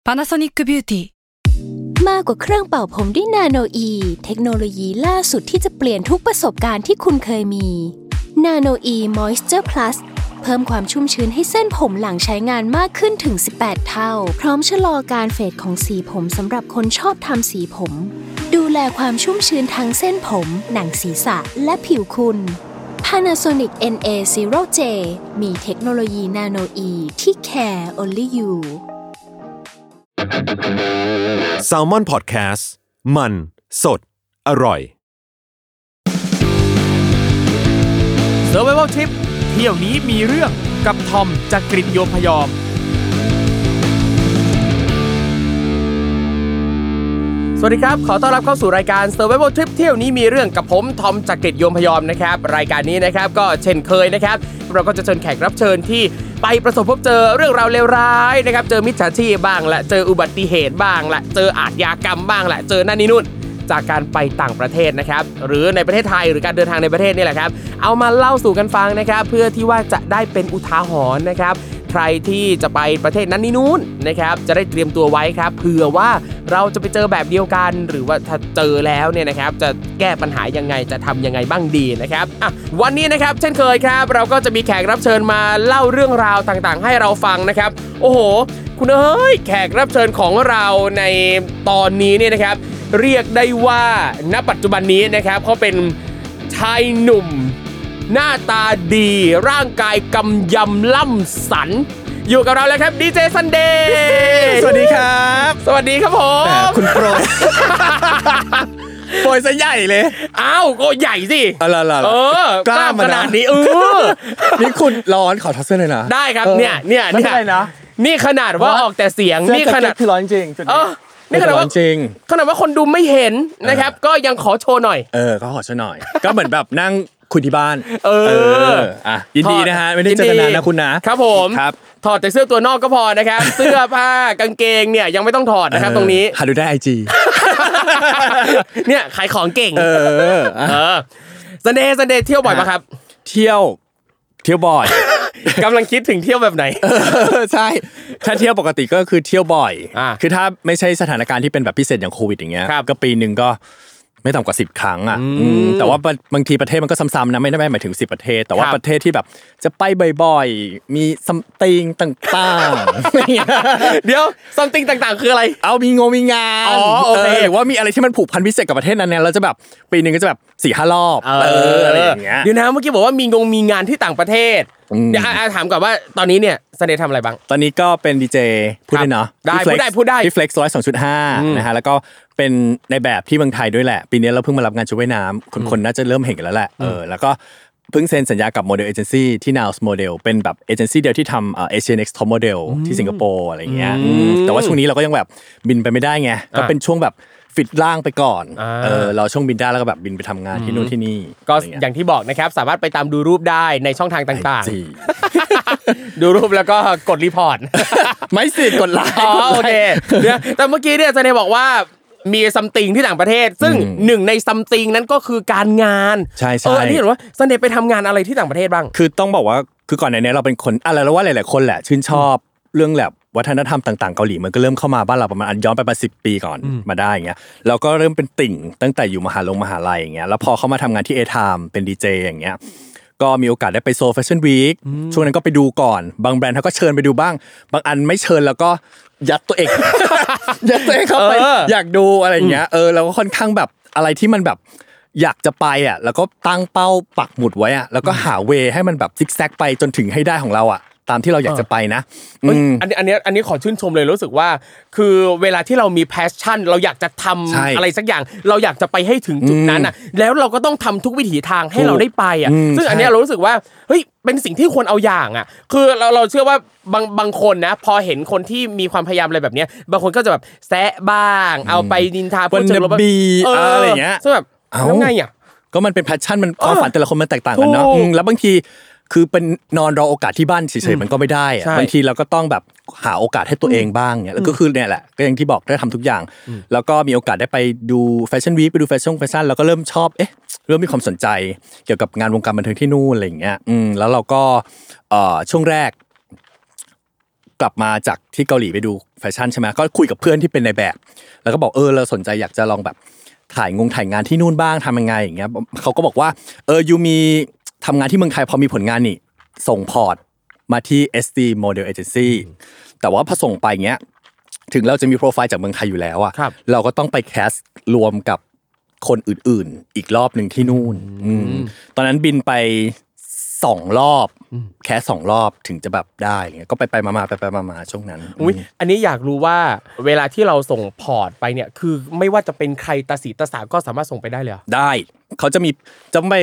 Panasonic Beauty มากกว่าเครื่องเป่าผมด้วยนาโนอีเทคโนโลยีล่าสุดที่จะเปลี่ยนทุกประสบการณ์ที่คุณเคยมีนาโนอีมอยส์เจอร์พลัสเพิ่มความชุ่มชื้นให้เส้นผมหลังใช้งานมากขึ้นถึง18เท่าพร้อมชะลอการเฟดของสีผมสำหรับคนชอบทำสีผมดูแลความชุ่มชื้นทั้งเส้นผมหนังศีรษะและผิวคุณ Panasonic NA0J มีเทคโนโลยีนาโนอีที่ care only you Salmon Podcast มันสดอร่อย Survival Trip เที่ยวนี้มีเรื่องกับทอมจากกฤษโยมพยอมสวัสดีครับขอต้อนรับเข้าสู่รายการ Survival Trip เที่ยวนี้มีเรื่องกับผมทอมจากกฤษโยมพยอมนะครับรายการนี้นะครับก็เช่นเคยนะครับเราก็จะเชิญแขกรับเชิญที่ไปประสบพบเจอเรื่องราวเลวร้ายนะครับเจอมิจฉาชีพบ้างละเจออุบัติเหตุบ้างละเจออาชญากรรมบ้างละเจอนั่นนี่นู่นจากการไปต่างประเทศนะครับหรือในประเทศไทยหรือการเดินทางในประเทศนี่แหละครับเอามาเล่าสู่กันฟังนะครับเพื่อที่ว่าจะได้เป็นอุทาหรณ์นะครับใครที่จะไปประเทศนั้นนี่นู้นนะครับจะได้เตรียมตัวไว้ครับเผื่อว่าเราจะไปเจอแบบเดียวกันหรือว่าถ้าเจอแล้วเนี่ยนะครับจะแก้ปัญหายังไงจะทำยังไงบ้างดีนะครับวันนี้นะครับเช่นเคยครับเราก็จะมีแขกรับเชิญมาเล่าเรื่องราวต่างๆให้เราฟังนะครับโอ้โหคุณเอ้ยแขกรับเชิญของเราในตอนนี้เนี่ยนะครับเรียกได้ว่าณปัจจุบันนี้นะครับเขาเป็นชายหนุ่มหน้าตาดีร่างกายกำยำล่ำสันอยู่กับเราแล้วครับดีเจซันเดย์สวัสดีครับสวัสดีครับผมคุณโปรยโปรยซะใหญ่เลยอ้าวก็ใหญ่สิกล้าขนาดนี้นี่คุณร้อนขอทักเสื้อเลยนะได้ครับเนี่ยนี่ขนาดว่าออกแต่เสียงนี่ขนาดคือร้อนจริงนี่ขนาดว่าจริงขนาดว่าคนดูไม่เห็นนะครับก็ยังขอโชว์หน่อยก็ขอโชว์หน่อยก็เหมือนแบบนั่งคุยที่บ้านยินดีนะฮะไม่ได้เจอกันนานนะคุณนะครับผมถอดแต่เสื้อตัวนอกก็พอนะครับเสื้อผ้ากางเกงเนี่ยยังไม่ต้องถอดนะครับตรงนี้หาดูได้ IG เนี่ยขายของเก่งซันเดย์เที่ยวบ่อยป่ะครับเที่ยวบ่อยกำลังคิดถึงเที่ยวแบบไหนใช่ถ้าเที่ยวปกติก็คือเที่ยวบ่อยคือถ้าไม่ใช่สถานการณ์ที่เป็นแบบพิเศษอย่างโควิดอย่างเงี้ยก็ปีนึงก็ไม่ต่ำกว่า10ครั้งแต่ว่าบางทีประเทศมันก็ซ้ำๆนะไม่ได้หมายถึง10ประเทศแต่ว่าประเทศที่แบบจะไปบ่อยๆมีซัมติงต่างๆเดี๋ยวซัมติงต่างๆคืออะไรเอามีงานหรือว่ามีอะไรที่มันผูกพันพิเศษกับประเทศนั้นเนี่ยเราจะแบบปีนึงก็จะแบบ 4-5 รอบอะไรอย่างเงี้ยเดี๋ยวนะเมื่อกี้บอกว่ามีงานที่ต่างประเทศเดี๋ยวถามก่อนว่าตอนนี้เนี่ยซันเดย์ทำอะไรบ้างตอนนี้ก็เป็นดีเจพูดได้เนาะพูดได้ที่ Flex 102.5 นะฮะแล้วก็เป็นในแบบที่เมืองไทยด้วยแหละปีนี้เราเพิ่งมารับงานชุดว่ายน้ำคนน่าจะเริ่มเห็นกันแล้วแหละแล้วก็เพิ่งเซ็นสัญญากับโมเดลเอเจนซี่ที่ Now Model เป็นแบบเอเจนซี่เดียวที่ทำ Asian Next Top Model ที่สิงคโปร์อะไรอย่างเงี้ยแต่ว่าช่วงนี้เราก็ยังแบบบินไปไม่ได้ไงก็เป็นช่วงแบบฟิตร่างไปก่อนเราช่วงบินได้แล้วก็แบบบินไปทำงานที่นู่นที่นี่ก็อย่างที่บอกนะครับสามารถไปตามดูรูปได้ในช่องทางต่างๆดูรูปแล้วก็กดรีพอร์ตไม่สิกดไลค์โอเคแต่เมื่อกี้เนี่ยซันเดย์บอกว่ามีซัมติงที่ต่างประเทศซึ่งหนึ่งในซัมติงนั้นก็คือการงานใช่ๆอันนี้เห็นว่าซันเดย์ไปทำงานอะไรที่ต่างประเทศบ้างคือต้องบอกว่าคือก่อนหน้านี้เราเป็นคนอะไรแล้วว่าหลายๆคนแหละชื่นชอบเรื่องแบบวัฒนธรรมต่างๆเกาหลีมันก็เริ่มเข้ามาบ้านเราประมาณย้อนไปประมาณ10 ปีก่อนมาได้อย่างเงี้ยเราก็เริ่มเป็นติ่งตั้งแต่อยู่มหาลัยอย่างเงี้ยแล้วพอเข้ามาทำงานที่ A-Time เป็นดีเจอย่างเงี้ยก็มีโอกาสได้ไปโซลแฟชั่นวีคช่วงนั้นก็ไปดูก่อนบางแบรนด์เขาก็เชิญไปดูบ้างบางอันไม่เชิญแล้วก็ยัดตัวเองเข้าไปอยากดูอะไรอย่างเงี้ยเราก็ค่อนข้างแบบอะไรที่มันแบบอยากจะไปอ่ะแล้วก็ตั้งเป้าปักหมุดไว้อ่ะแล้วก็หาเวให้มันแบบซิกแซกไปจนถึงให้ได้ของเราอ่ะตามที่เราอยากจะไปนะอันนี้ขอชื่นชมเลยรู้สึกว่าคือเวลาที่เรามีแพชชั่นเราอยากจะทำอะไรสักอย่างเราอยากจะไปให้ถึงจุดนั้นอ่ะแล้วเราก็ต้องทำทุกวิถีทางให้เราได้ไปอ่ะซึ่งอันนี้เรารู้สึกว่าเฮ้ยเป็นสิ่งที่ควรเอาอย่างอ่ะคือเราเชื่อว่าบางคนนะพอเห็นคนที่มีความพยายามอะไรแบบนี้บางคนก็จะแบบแซะบ้างเอาไปนินทาพูดเชิงลบอะไรอย่างเงี้ยซึ่งแบบแล้วไงอ่ะก็มันเป็นแพชชั่นมันความฝันแต่ละคนมันแตกต่างกันเนาะแล้วบางทีคือเป็นนอนรอโอกาสที่บ้านเฉยๆมันก็ไม่ได้อะบางทีเราก็ต้องแบบหาโอกาสให้ตัวเองบ้างเนี่ยแล้วก็คือเนี่ยแหละก็อย่างที่บอกได้ทำทุกอย่างแล้วก็มีโอกาสได้ไปดูแฟชั่นวีคไปดูแฟชั่นแล้วก็เริ่มชอบเริ่มมีความสนใจเกี่ยวกับงานวงการบันเทิงที่นู่นอะไรอย่างเงี้ยแล้วเราก็ช่วงแรกกลับมาจากที่เกาหลีไปดูแฟชั่นใช่ไหมก็คุยกับเพื่อนที่เป็นในแบบแล้วก็บอกเราสนใจอยากจะลองแบบถ่ายงานที่นู่นบ้างทำยังไงอย่างเงี้ยเขาก็บอกว่ายูมีทำงานที่เมืองไทยพอมีผลงานนี่ส่งพอร์ตมาที่ SD Model Agency แต่ว่าพอส่งไปเงี้ยถึงเราจะมีโปรไฟล์จากเมืองไทยอยู่แล้วอ่ะเราก็ต้องไปแคสรวมกับคนอื่นๆอีกรอบนึงที่นู่นตอนนั้นบินไป2รอบแค่2รอบถึงจะแบบได้เงี้ยก็ไปมาช่วงนั้นอันนี้อยากรู้ว่าเวลาที่เราส่งพอร์ตไปเนี่ยคือไม่ว่าจะเป็นใครตาสีตาสาก็สามารถส่งไปได้เลยได้เขาจะไป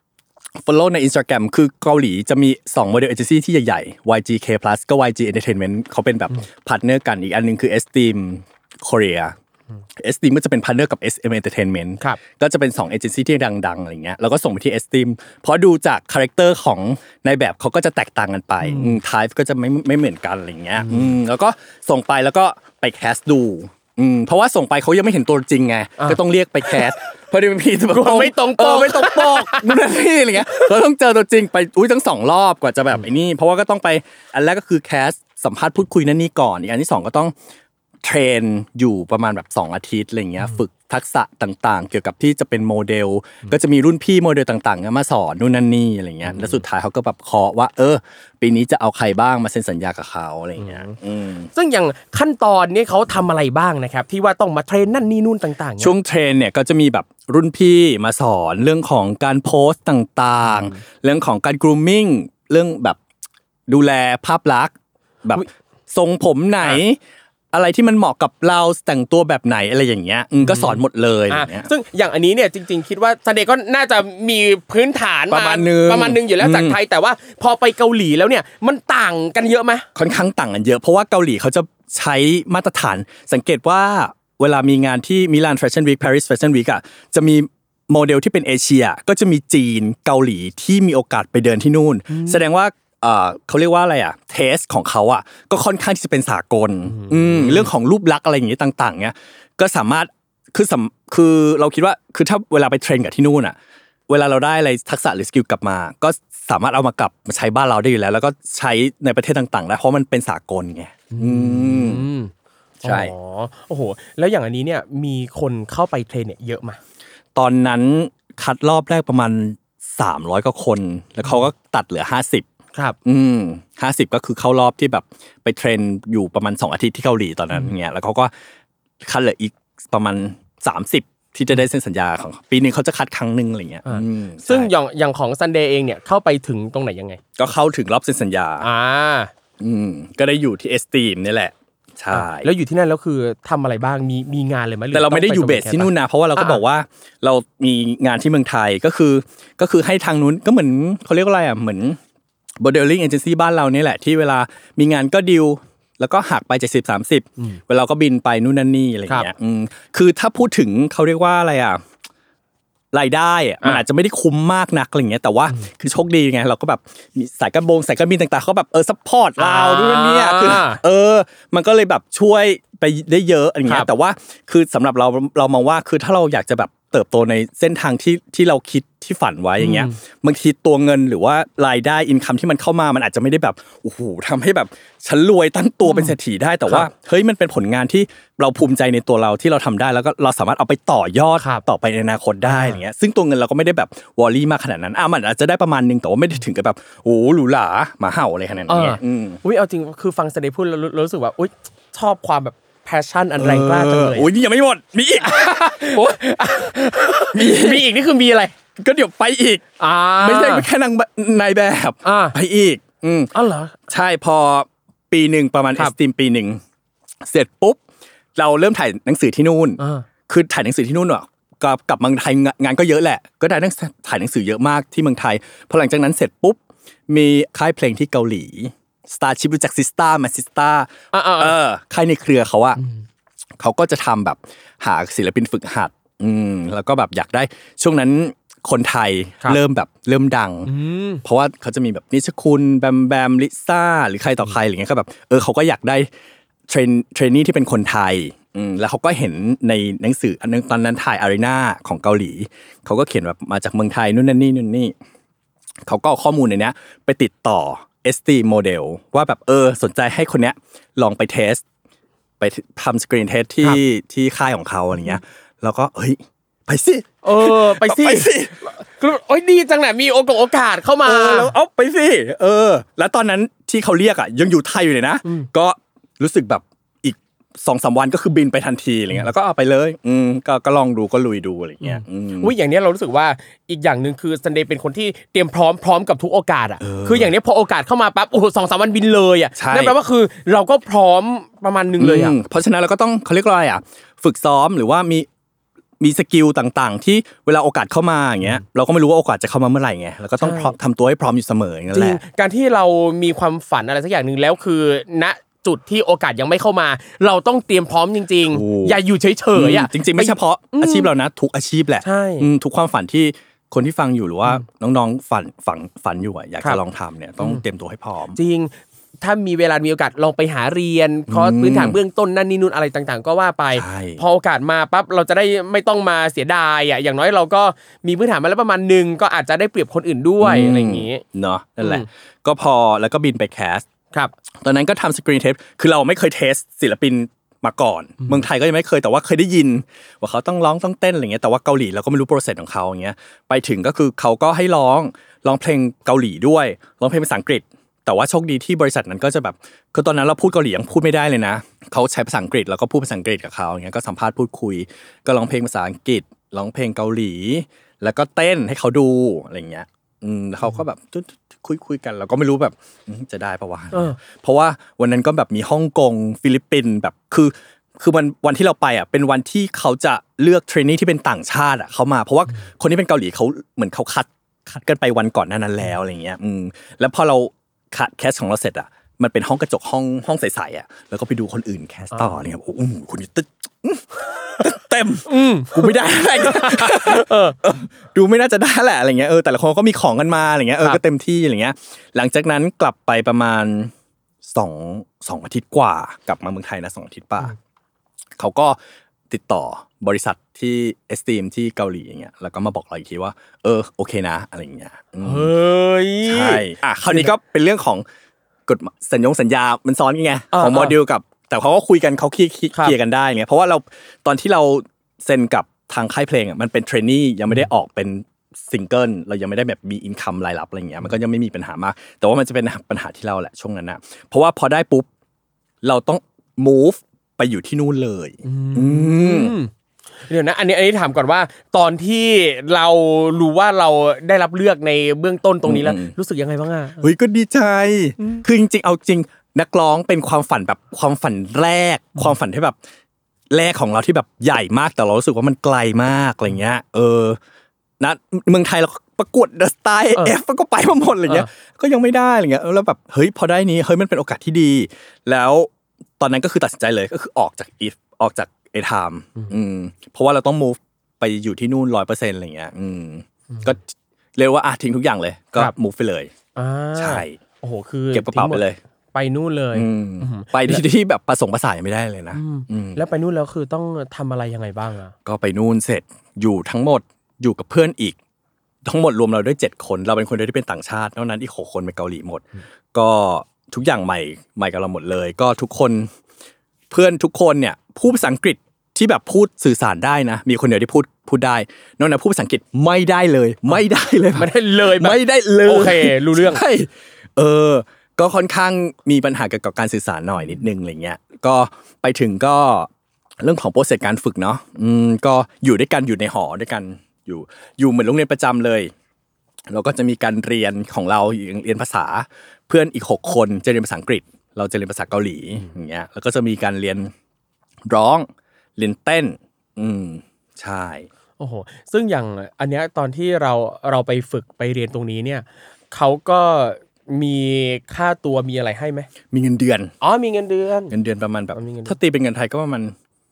follow ใน Instagram คือเกาหลีจะมี2 model agency ที่ใหญ่ๆ YGK Plus ก็ YG Entertainment เขาเป็นแบบพาร์ทเนอร์กันอีกอันนึงคือ Esteem Korea Esteem ก็จะเป็นพาร์ทเนอร์กับ SM Entertainment ก็จะเป็น2เอเจนซี่ที่ดังๆอะไรเงี้ยแล้วก็ส่งไปที่ Esteem เพราะดูจากคาแรคเตอร์ของในแบบเขาก็จะแตกต่างกันไปtype ก็จะไม่เหมือนกันอะไรเงี้ยแล้วก็ส่งไปแล้วก็ไปแคสดูเพราะว่าส่งไปเขายังไม่เห็นตัวจริงไงก็ต้องเรียกไปแคสเพราะบางทีแบบไม่ตรงปกนู่นนี่อะไรเงี้ยเราต้องเจอตัวจริงไปทั้ง2รอบกว่าจะแบบไอ้นี่เพราะว่าก็ต้องไปอันแรกก็คือแคสสัมภาษณ์พูดคุยนั่นนี่ก่อนอีกอันที่2ก็ต้องเทรนอยู่ประมาณแบบ2อาทิตย์อะไรเงี้ยฝึกทักษะต่างๆเกี่ยวกับที่จะเป็นโมเดลก็จะมีรุ่นพี่โมเดลต่างๆมาสอนนู่นนั่นนี่อะไรเงี้ยแล้วสุดท้ายเขาก็แบบเคาะว่าปีนี้จะเอาใครบ้างมาเซ็นสัญญากับเขาอะไรเงี้ยซึ่งอย่างขั้นตอนนี้เขาทำอะไรบ้างนะครับที่ว่าต้องมาเทรนนั่นนี่นู่นต่างๆช่วงเทรนเนี่ยก็จะมีแบบรุ่นพี่มาสอนเรื่องของการโพสต์ต่างๆเรื่องของการ grooming เรื่องแบบดูแลภาพลักษณ์แบบทรงผมไหนอะไรที่มันเหมาะกับเราแต่งตัวแบบไหนอะไรอย่างเงี้ยก็สอนหมดเลยอย่างเงี้ยซึ่งอย่างอันนี้เนี่ยจริงๆคิดว่าซันเดย์ก็น่าจะมีพื้นฐานประมาณนึงอยู่แล้วจากไทยแต่ว่าพอไปเกาหลีแล้วเนี่ยมันต่างกันเยอะมั้ยค่อนข้างต่างกันเยอะเพราะว่าเกาหลีเขาจะใช้มาตรฐานสังเกตว่าเวลามีงานที่มิลานแฟชั่นวีคปารีสแฟชั่นวีคอ่ะจะมีโมเดลที่เป็นเอเชียก็จะมีจีนเกาหลีที่มีโอกาสไปเดินที่นู่นแสดงว่าเขาเรียกว่าอะไรอ่ะเทสของเขาอ่ะก็ค่อนข้างที่จะเป็นสากลเรื่องของรูปลักษณ์อะไรอย่างงี้ต่างๆเนี้ยก็สามารถคือเราคิดว่าคือถ้าเวลาไปเทรนกับที่นู่นอ่ะเวลาเราได้อะไรทักษะหรือสกิลกลับมาก็สามารถเอามากลับมาใช้บ้านเราได้อยู่แล้วก็ใช้ในประเทศต่างๆได้เพราะมันเป็นสากลไงใช่โอ้โหแล้วอย่างอันนี้เนี่ยมีคนเข้าไปเทรนเนี่ยเยอะมั้ยตอนนั้นคัดรอบแรกประมาณ300กว่าคนแล้วเขาก็ตัดเหลือ50 ครับ 50ก็คือเข้ารอบที่แบบไปเทรนอยู่ประมาณ2อาทิตย์ที่เกาหลีตอนนั้นเงี้ยแล้วเขาก็คัดเหลืออีกประมาณ30ที่จะได้เซ็นสัญญาของปีนึงเขาจะคัดครั้งนึงอะไรเงี้ยซึ่งอย่างของ Sunday เองเนี่ยเข้าไปถึงตรงไหนยังไงก็เข้าถึงรอบเซ็นสัญญาก็ได้อยู่ที่ Esteem นี่แหละใช่แล้วอยู่ที่นั่นแล้วคือทำอะไรบ้างมีงานเลยมั้ยแต่เราไม่ได้อยู่เบสที่นู่นนะเพราะว่าเราก็บอกว่าเรามีงานที่เมืองไทยก็คือให้ทางนู้นก็เหมือนเขาเรียกว่าอะไรอ่ะเหมือนmodeling agency บ้านเรานี่แหละที่เวลามีงานก็ดีลแล้วก็หักไป70-30เวลาก็บินไปนู่นนั่นนี่อะไรอย่างเงี้ยคือถ้าพูดถึงเขาเรียกว่าอะไรอ่ะรายได้มันอาจจะไม่ได้คุ้มมากนักอะไรเงี้ยแต่ว่าคือโชคดีไงเราก็แบบมีสายการบินต่างๆเขาแบบซัพพอร์ตเราด้วยเนี่ยคือมันก็เลยแบบช่วยไปได้เยอะอะไรเงี้ยแต่ว่าคือสำหรับเรามองว่าคือถ้าเราอยากจะแบบเติบโตในเส้นทางที่เราคิดที่ฝันไว้อย่างเงี้ยบางทีตัวเงินหรือว่ารายได้อินคัมที่มันเข้ามามันอาจจะไม่ได้แบบโอ้โหทำให้แบบฉันรวยตั้งตัวเป็นเศรษฐีได้แต่ว่าเฮ้ยมันเป็นผลงานที่เราภูมิใจในตัวเราที่เราทำได้แล้วก็เราสามารถเอาไปต่อยอดต่อไปในอนาคตได้อย่างเงี้ยซึ่งตัวเงินเราก็ไม่ได้แบบวอรี่มากขนาดนั้นมันอาจจะได้ประมาณนึงแต่ว่าไม่ได้ถึงกับแบบโอ้หรูหราหมาเห่าอะไรขนาดนี้เอาจริงคือฟังเสด็จพูดแล้วรู้สึกว่าอุ๊ยชอบความแบบpassion อันแรงกล้าจังเลยโอ้ยนี่ยังไม่หมดมีอีกมีอีกนี่คือมีอะไรก็เดี๋ยวไปอีกไม่ใช่แค่นายแบบไปอีกอ๋อเหรอใช่พอปีนึงประมาณ Esteem ปีนึงเสร็จปุ๊บเราเริ่มถ่ายหนังสือที่นู่นคือถ่ายหนังสือที่นู่นอ่ะกลับเมืองไทยงานก็เยอะแหละก็ได้ถ่ายหนังสือเยอะมากที่เมืองไทยพอหลังจากนั้นเสร็จปุ๊บมีค่ายเพลงที่เกาหลีStarship รู้จัก Sister มา Sister ค่ายในเครือเขาอะเขาก็จะทำแบบหาศิลปินฝึกหัดแล้วก็แบบอยากได้ช่วงนั้นคนไทยเริ่มดังเพราะว่าเขาจะมีแบบนิชคุณแบมลิซ่าหรือใครต่อใครอะไรเงี้ยก็แบบเขาก็อยากได้เทรนนี่ที่เป็นคนไทยแล้วเขาก็เห็นในหนังสืออันนึงตอนนั้นถ่ายอารีนาของเกาหลีเขาก็เขียนแบบมาจากเมืองไทยนู่นนี่เขาก็เอาข้อมูลในนี้ไปติดต่อ esteem model ว่าแบบสนใจให้คนเนี้ยลองไปเทสไปทำสกรีนเทสที่ค่ายของเขาอะไรเงี้ยแล้วก็เฮ้ยไปสิไปสิโอ๊ยดีจังแหละมีโอกาสเข้ามาแล้วเอาไปสิแล้วตอนนั้นที่เขาเรียกอ่ะยังอยู่ไทยอยู่เลยนะก็รู้สึกแบบอีก 2-3 วันก็คือบินไปทันทีอะไรเงี้ยแล้วก็เอาไปเลยก็ลองดูก็ลุยดูอะไรเงี้ยอย่างนี้เรารู้สึกว่าอีกอย่างนึงคือซันเดย์เป็นคนที่เตรียมพร้อมกับทุกโอกาสอ่ะคืออย่างนี้พอโอกาสเข้ามาปั๊บโอ้โห 2-3 วันบินเลยอ่ะนั่นแปลว่าคือเราก็พร้อมประมาณนึงเลยอ่ะเพราะฉะนั้นเราก็ต้องเขาเรียกว่าอะไรอ่ะฝึกซ้อมหรือว่ามีสกิลต่างๆที่เวลาโอกาสเข้ามาอย่างเงี้ยเราก็ไม่รู้ว่าโอกาสจะเข้ามาเมื่อไหร่ไงเราก็ต้องทำตัวให้พร้อมอยู่เสมออย่างนั้นแหละการที่เรามีความฝันอะไรสักอย่างนึงแล้วคือณจุดที่โอกาสยังไม่เข้ามาเราต้องเตรียมพร้อมจริงๆอย่าอยู่เฉยๆอ่ะจริงๆไม่เฉพาะอาชีพเรานะทุกอาชีพแหละทุกความฝันที่คนที่ฟังอยู่หรือว่าน้องๆฝันอยู่อ่ะอยากจะลองทำเนี่ยต้องเตรียมตัวให้พร้อมจริงถ้ามีเวลามีโอกาสลองไปหาเรียนคอร์สพื้นฐานเบื้องต้นนั่นนี่นู่นอะไรต่างๆก็ว่าไปพอโอกาสมาปั๊บเราจะได้ไม่ต้องมาเสียดายอ่ะอย่างน้อยเราก็มีพื้นฐานมาแล้วประมาณนึงก็อาจจะได้เปรียบคนอื่นด้วยอะไรอย่างงี้เนาะนั่นแหละก็พอแล้วก็บินไปแคสครับตอนนั้นก็ทำสกรีนเทปคือเราไม่เคยเทสศิลปินมาก่อนเมืองไทยก็ยังไม่เคยแต่ว่าเคยได้ยินว่าเขาต้องร้องต้องเต้นอะไรเงี้ยแต่ว่าเกาหลีเราก็ไม่รู้โปรเซสของเขาอย่างเงี้ยไปถึงก็คือเขาก็ให้ร้องเพลงเกาหลีด้วยร้องเพลงภาษาอังกฤษแต่ว่าโชคดีที่บริษัทนั้นก็จะแบบคือตอนนั้นเราพูดเกาหลียังพูดไม่ได้เลยนะเขาใช้ภาษาอังกฤษแล้วก็พูดภาษาอังกฤษกับเขาอย่างเงี้ยก็สัมภาษณ์พูดคุยก็ร้องเพลงภาษาอังกฤษร้องเพลงเกาหลีแล้วก็เต้นให้เขาดูอะไรเงี้ยแล้วเขาก็แบบคุยกันเราก็ไม่รู้แบบจะได้ป่ะวะเพราะว่าวันนั้นก็แบบมีฮ่องกงฟิลิปปินส์แบบคือวันที่เราไปอ่ะเป็นวันที่เขาจะเลือกเทรนนี่ที่เป็นต่างชาติอ่ะเขามาเพราะว่าคนที่เป็นเกาหลีเขาเหมือนเขาคัดกันไปวันก่อนนั้นแล้วอะไรเงี้ยแล้วพอเราแคสของเราเสร็จอ่ะมันเป็นห้องกระจกห้องใสๆอ่ะแล้วก็ไปดูคนอื่นแคสต่อเนี่ยโอ้โหคุณตึ๊ดเต็มกูไม่ได้อะไรดูไม่น่าจะได้แหละอะไรเงี้ยแต่ละคนก็มีของกันมาอะไรเงี้ยก็เต็มที่อะไรเงี้ยหลังจากนั้นกลับไปประมาณ2อาทิตย์กว่ากลับมาเมืองไทยนะ2อาทิตย์ป่ะเขาก็ติดต่อบริษัทที่ Esteem ที่เกาหลีอย่างเงี้ยแล้วก็มาบอกเราอีกทีว่าโอเคนะอะไรอย่างเงี้ยเฮ้ยใช่คราวนี้ก็เป็นเรื่องของกฎสัญญามันซ้อนกันไงของโมเดลกับแต่เขาก็คุยกันเขาเคลียร์กันได้ไงเพราะว่าเราตอนที่เราเซ็นกับทางค่ายเพลงอ่ะมันเป็นเทรนนี่ยังไม่ได้ออกเป็นซิงเกิลเรายังไม่ได้แบบมีอินคัมรายรับอะไรอย่างเงี้ยมันก็ยังไม่มีปัญหามากแต่ว่ามันจะเป็นปัญหาที่เราแหละช่วงนั้นนะเพราะว่าพอได้ปุ๊บเราต้อง move ไปอยู่ที่นู่นเลยเดี๋ยวนะอันนี้ถามก่อนว่าตอนที่เรารู้ว่าเราได้รับเลือกในเบื้องต้นตรงนี้แล้วรู้สึกยังไงบ้างอ่ะเฮ้ยก็ดีใจคือจริงๆเอาจริงนักร้องเป็นความฝันแบบความฝันแรกความฝันที่แบบแรกของเราที่แบบใหญ่มากแต่เรารู้สึกว่ามันไกลมากอะไรเงี้ยนะเมืองไทยเราประกวด The Star F ก็ไปมาหมดอะไรเงี้ยก็ยังไม่ได้อะไรเงี้ยแล้วแบบเฮ้ยพอได้นี้เฮ้ยมันเป็นโอกาสที่ดีแล้วตอนนั้นก็คือตัดสินใจเลยก็คือออกจากA-Time เพราะว่าเราต้อง move ไปอยู่ที่นู่น 100% อะไรเงี้ยก็เรียกว่าทิ้งทุกอย่างเลยก็ move ไปเลยใช่โอ้โหคือเก็บกระเป๋าไปเลยไปนู่นเลยไปที่แบบประสงค์ประสานไม่ได้เลยนะแล้วไปนู่นแล้วคือต้องทำอะไรยังไงบ้างอ่ะก็ไปนู่นเสร็จอยู่ทั้งหมดอยู่กับเพื่อนอีกทั้งหมดรวมเราด้วย7คนเราเป็นคนเดียวที่เป็นต่างชาตินอกนั้นอีก6คนเป็นเกาหลีหมดก็ทุกอย่างใหม่กับเราหมดเลยก็ทุกคนเพื่อนทุกคนเนี่ยพูดภาษาอังกฤษที่แบบพูดสื่อสารได้นะมีคนเดียวที่พูดได้นอกนั้นพูดภาษาอังกฤษไม่ได้เลยไม่ได้เลยไม่ได้เลยโอเครู้เรื่องใช่ก็ค่อนข้างมีปัญหาเกี่ยวกับการสื่อสารหน่อยนิดนึงอะไรเงี้ยก็ไปถึงก็เรื่องของโปรเซสการฝึกเนาะก็อยู่ด้วยกันอยู่ในหอด้วยกันอยู่เหมือนโรงเรียนประจำเลยเราก็จะมีการเรียนของเราเรียนภาษาเพื่อนอีก6คนจะเรียนภาษาอังกฤษเราจะเรียนภาษาเกาหลีอย่างเงี้ยแล้วก็จะมีการเรียนร้องเรียนเต้นใช่โอ้โหซึ่งอย่างอันเนี้ยตอนที่เราไปฝึกไปเรียนตรงนี้เนี่ยเขาก็มีค่าตัวมีอะไรให้ไหมมีเงินเดือนมีเงินเดือนประมาณแบบถ้าตีเป็นเงินไทยก็ประมาณ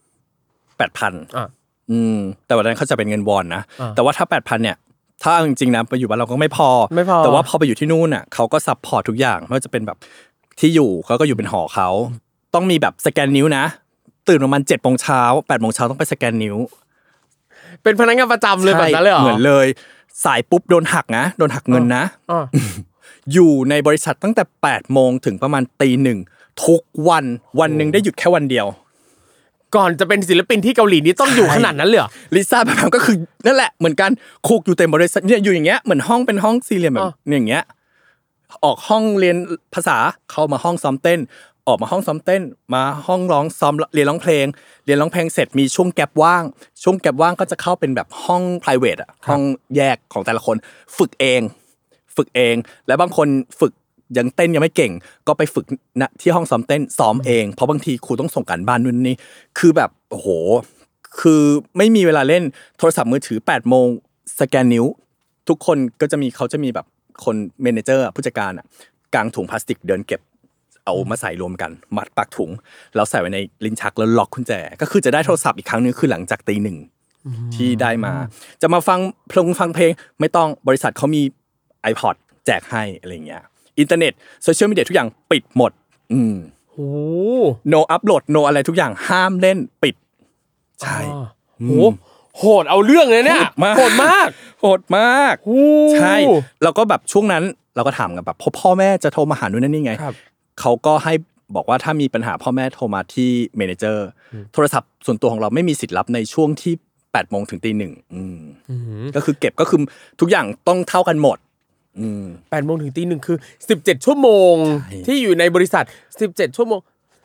8,000 แต่วันนั้นเขาจะเป็นเงินวอนนะแต่ว่าถ้า 8,000 เนี่ยถ้าจริงๆนะไปอยู่บ้านเราก็ไม่พอแต่ว่าพอไปอยู่ที่นู่นน่ะเขาก็ซัพพอร์ตทุกอย่างไม่ว่าจะเป็นแบบที่อยู่เขาก็อยู่เป็นหอเขาต้องมีแบบสแกนนิ้วนะตื่นประมาณ 7:00 น 8:00 นต้องไปสแกนนิ้วเป็นพนักงานประจำเลยแบบนั้นเลยเหรอเหมือนเลยสายปุ๊บโดนหักเงินนะอยู่ในบริษัทตั้งแต่8 โมงถึงประมาณตี 1ทุกวันนึงได้หยุดแค่วันเดียวก่อนจะเป็นศิลปินที่เกาหลีนี่ต้องอยู่ขนาดนั้นเลยเหรอลิซ่าแบบก็คือนั่นแหละเหมือนกันคุกอยู่เต็มบริษัทเนี่ยอยู่อย่างเงี้ยเหมือนห้องเป็นห้องสี่เหลี่ยมแบบอย่างเงี้ยออกห้องเรียนภาษาเข้ามาห้องซ้อมเต้นออกมาห้องซ้อมเต้นมาห้องร้องซ้อมเรียนร้องเพลงเสร็จมีช่วงแก็ปว่างก็จะเข้าเป็นแบบห้อง private อ่ะห้องแยกของแต่ละคนฝึกเองและบางคนฝึกยังเต้นยังไม่เก่งก็ไปฝึกณที่ห้องซ้อมเต้นซ้อมเองเพราะบางทีครูต้องส่งการบ้านนู่นนี่คือแบบโอ้โหคือไม่มีเวลาเล่นโทรศัพท์มือถือ8 โมงสแกนนิ้วทุกคนก็จะมีเขาจะมีแบบคนเมเนเจอร์ผู้จัดการอ่ะกางถุงพลาสติกเดินเก็บเอามาใส่รวมกันมัดปากถุงแล้วใส่ไว้ในลิ้นชักแล้วล็อกกุญแจก็คือจะได้โทรศัพท์อีกครั้งนึงคือหลังจากตี 1ที่ได้มาจะมาฟังเพลงไม่ต้องบริษัทเขามี iPod แจกให้อะไรเงี้ยอินเทอร์เน็ตโซเชียลมีเดียทุกอย่างปิดหมดโอ้ no upload no อะไรทุกอย่างห้ามเล่นปิดใช่โหดเอาเรื่องเลยเนี่ยโหดมากใช่แล้วก็แบบช่วงนั้นเราก็ถามกันแบบพ่อแม่จะโทรมาหานู่นนั่นนี่ไงเขาก็ให้บอกว่าถ้ามีปัญหาพ่อแม่โทรมาที่เมเนเจอร์โทรศัพท์ส่วนตัวของเราไม่มีสิทธิ์รับในช่วงที่8 โมงถึงตี 1ก็คือเก็บก็คือทุกอย่างต้องเท่ากันหมด 8 โมงถึงตี 1คือ17 ชั่วโมงที่อยู่ในบริษัท17 ชั่วโมง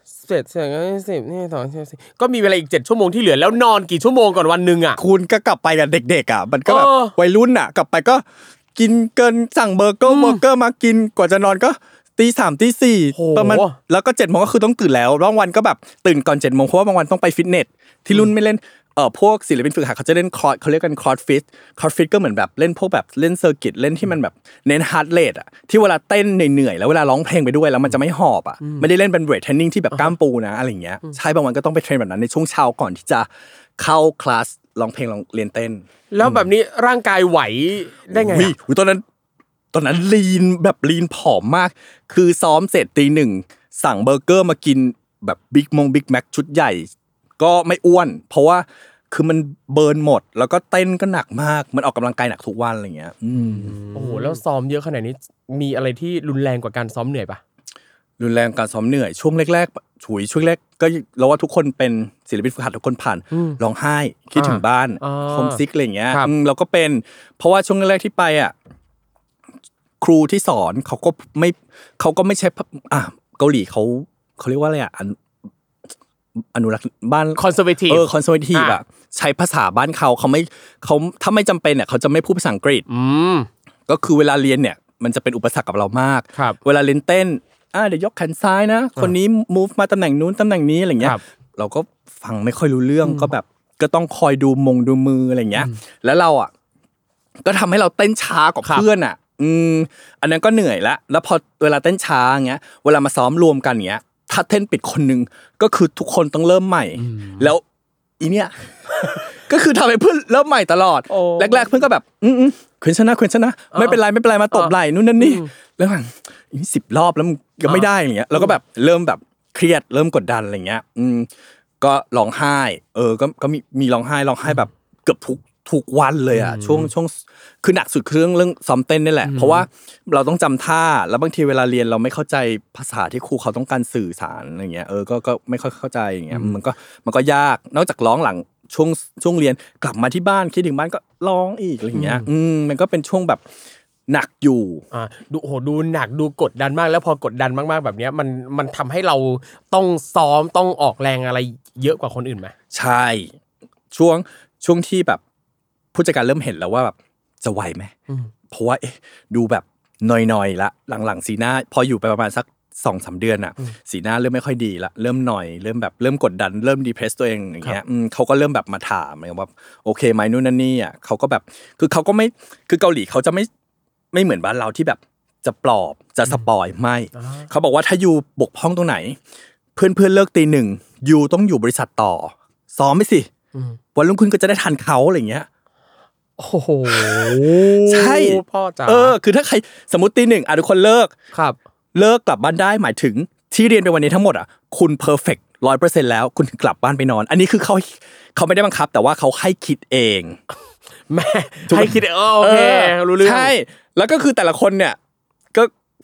10นี่2ก็มีเวลาอีก7 ชั่วโมงที่เหลือแล้วนอนกี่ชั่วโมงก่อนวันนึงอ่ะคุณก็กลับไปกับเด็กๆอ่ะมันก็แบบวัยรุ่นอ่ะกลับไปก็กินเกินสั่งเบอร์เกอร์มากินกว่าจะนอนก็ตี 3 ตี 4ประมาณแล้วก็7 โมงก็คือต้องตื่นแล้วบางวันก็แบบตื่นก่อน7 โมงเพราะว่าบางวันต้องไปฟิตเนสที่รุ่นไม่เล่นพวกศิลปินฝึกหัดเขาจะเล่นเขาเรียกกันคอร์สฟิตก็เหมือนแบบเล่นพวกแบบเล่นเซอร์กิตเล่นที่มันแบบเน้นฮาร์ดเรทอ่ะที่เวลาเต้นเหนื่อยแล้วเวลาร้องเพลงไปด้วยแล้วมันจะไม่หอบอ่ะไม่ได้เล่นเป็นเวทเทรนนิ่งที่แบบกล้ามปูนะอะไรอย่างเงี้ยใช่บางวันก็ต้องไปเทรนแบบนั้นในช่วงเช้าก่อนที่จะเข้าคลาสร้องเพลงเรียนเต้นแล้วแบบนี้ร่างกายไหวได้ไงตอนนั้นลีนผอมมากคือซ้อมเสร็จตี 1สั่งเบอร์เกอร์มากินแบบบิ๊กแม็กชุดใหญ่ก็ไม่อ้วนเพราะว่าคือมันเบิร์นหมดแล้วก็เต้นก็หนักมากมันออกกำลังกายหนักทุกวันอะไรเงี้ยโอ้โหแล้วซ้อมเยอะขนาดนี้มีอะไรที่รุนแรงกว่าการซ้อมเหนื่อยปะรุนแรงการซ้อมเหนื่อยช่วงแรกๆช่วงแรกก็เราว่าทุกคนเป็นศิลปินฝึกหัดทุกคนผ่านร้องไห้คิดถึงบ้านโฮมซิกอะไรเงี้ยเราก็เป็นเพราะว่าช่วงแรกที่ไปอ่ะครูที่สอนเขาก็ไม่ใช่เกาหลีเขาเรียกว่าอะไรอ่ะอนุรักษ์บ้านคอนเซอร์เวทีฟอ่ะใช้ภาษาบ้านเขาถ้าไม่จำเป็นเนี่ยเขาจะไม่พูดภาษาอังกฤษก็คือเวลาเรียนเนี่ยมันจะเป็นอุปสรรคกับเรามากเวลาเรียนเต้นเดี๋ยวยกแขนซ้ายนะคนนี้ move มาตำแหน่งนู้นตำแหน่งนี้อะไรเงี้ยเราก็ฟังไม่ค่อยรู้เรื่องก็แบบก็ต้องคอยดูมืออะไรเงี้ยแล้วเราอ่ะก็ทำให้เราเต้นช้ากว่าเพื่อนอ่ะอันนั้นก็เหนื่อยแล้วพอเวลาเต้นช้าอย่างเงี้ยเวลามาซ้อมรวมกันอย่างเงี้ยถ้าเต้นปิดคนนึงก็คือทุกคนต้องเริ่มใหม่แล้วอีเนี่ยก็คือทำให้เพื่อนเริ่มใหม่ตลอดแรกๆเพื่อนก็แบบเควนชนะไม่เป็นไรมาตบไหล่นู่นนั่นนี่แล้วมัน10 รอบแล้วมันยังไม่ได้อย่างเงี้ยแล้วก็แบบเริ่มแบบเครียดเริ่มกดดันอะไรเงี้ยก็ร้องไห้ก็มีร้องไห้แบบเกือบทุกวันเลยอ่ะช่วงคือหนักสุดคือเรื่องซ้อมเต้นนี่แหละเพราะว่าเราต้องจำท่าแล้วบางทีเวลาเรียนเราไม่เข้าใจภาษาที่ครูเขาต้องการสื่อสารอะไรเงี้ยก็ไม่ค่อยเข้าใจอย่างเงี้ยมันก็ยากนอกจากร้องหลังช่วงเรียนกลับมาที่บ้านคิดถึงบ้านก็ร้องอีกอะไรเงี้ยมันก็เป็นช่วงแบบหนักอยู่ดูหนักดูกดดันมากแล้วพอกดดันมากๆแบบนี้มันทำให้เราต้องซ้อมต้องออกแรงอะไรเยอะกว่าคนอื่นไหมใช่ช่วงที่แบบผู้จัดการเริ่มเห็นแล้วว่าแบบจะไหวไหมเพราะว่าดูแบบหน่อยๆละหลังๆสีหน้าพออยู่ไปประมาณสัก 2-3 เดือนอ่ะสีหน้าเริ่มไม่ค่อยดีละเริ่มหน่อยเริ่มกดดันเริ่มดีเพรสตัวเองอย่างเงี้ยเขาก็เริ่มแบบมาถามว่าโอเคไหมนู่นนั่นนี่อ่ะเขาก็แบบคือเขาก็ไม่คือเกาหลีเขาจะไม่เหมือนบ้านเราที่แบบจะปลอบจะสปอยไม่เขาบอกว่าถ้ายูบกพร่องตรงไหนเพื่อนเลิกตี 1ยูต้องอยู่บริษัทต่อซ้อมไปสิวันรุ่งขึ้นก็จะได้ทันเขาอะไรเงี้ยโอ้โหใช่พ่อจ๋าคือถ้าใครสมมุติตี 1ทุกคนเลิกกลับบ้านได้หมายถึงที่เรียนไปวันนี้ทั้งหมดคุณเพอร์เฟคต์ 100% แล้วคุณถึงกลับบ้านไปนอนอันนี้คือเขาไม่ได้บังคับแต่ว่าเขาให้คิดเองแม่ให้คิดโอเครู้เรื่องใช่แล้วก็คือแต่ละคนเนี่ย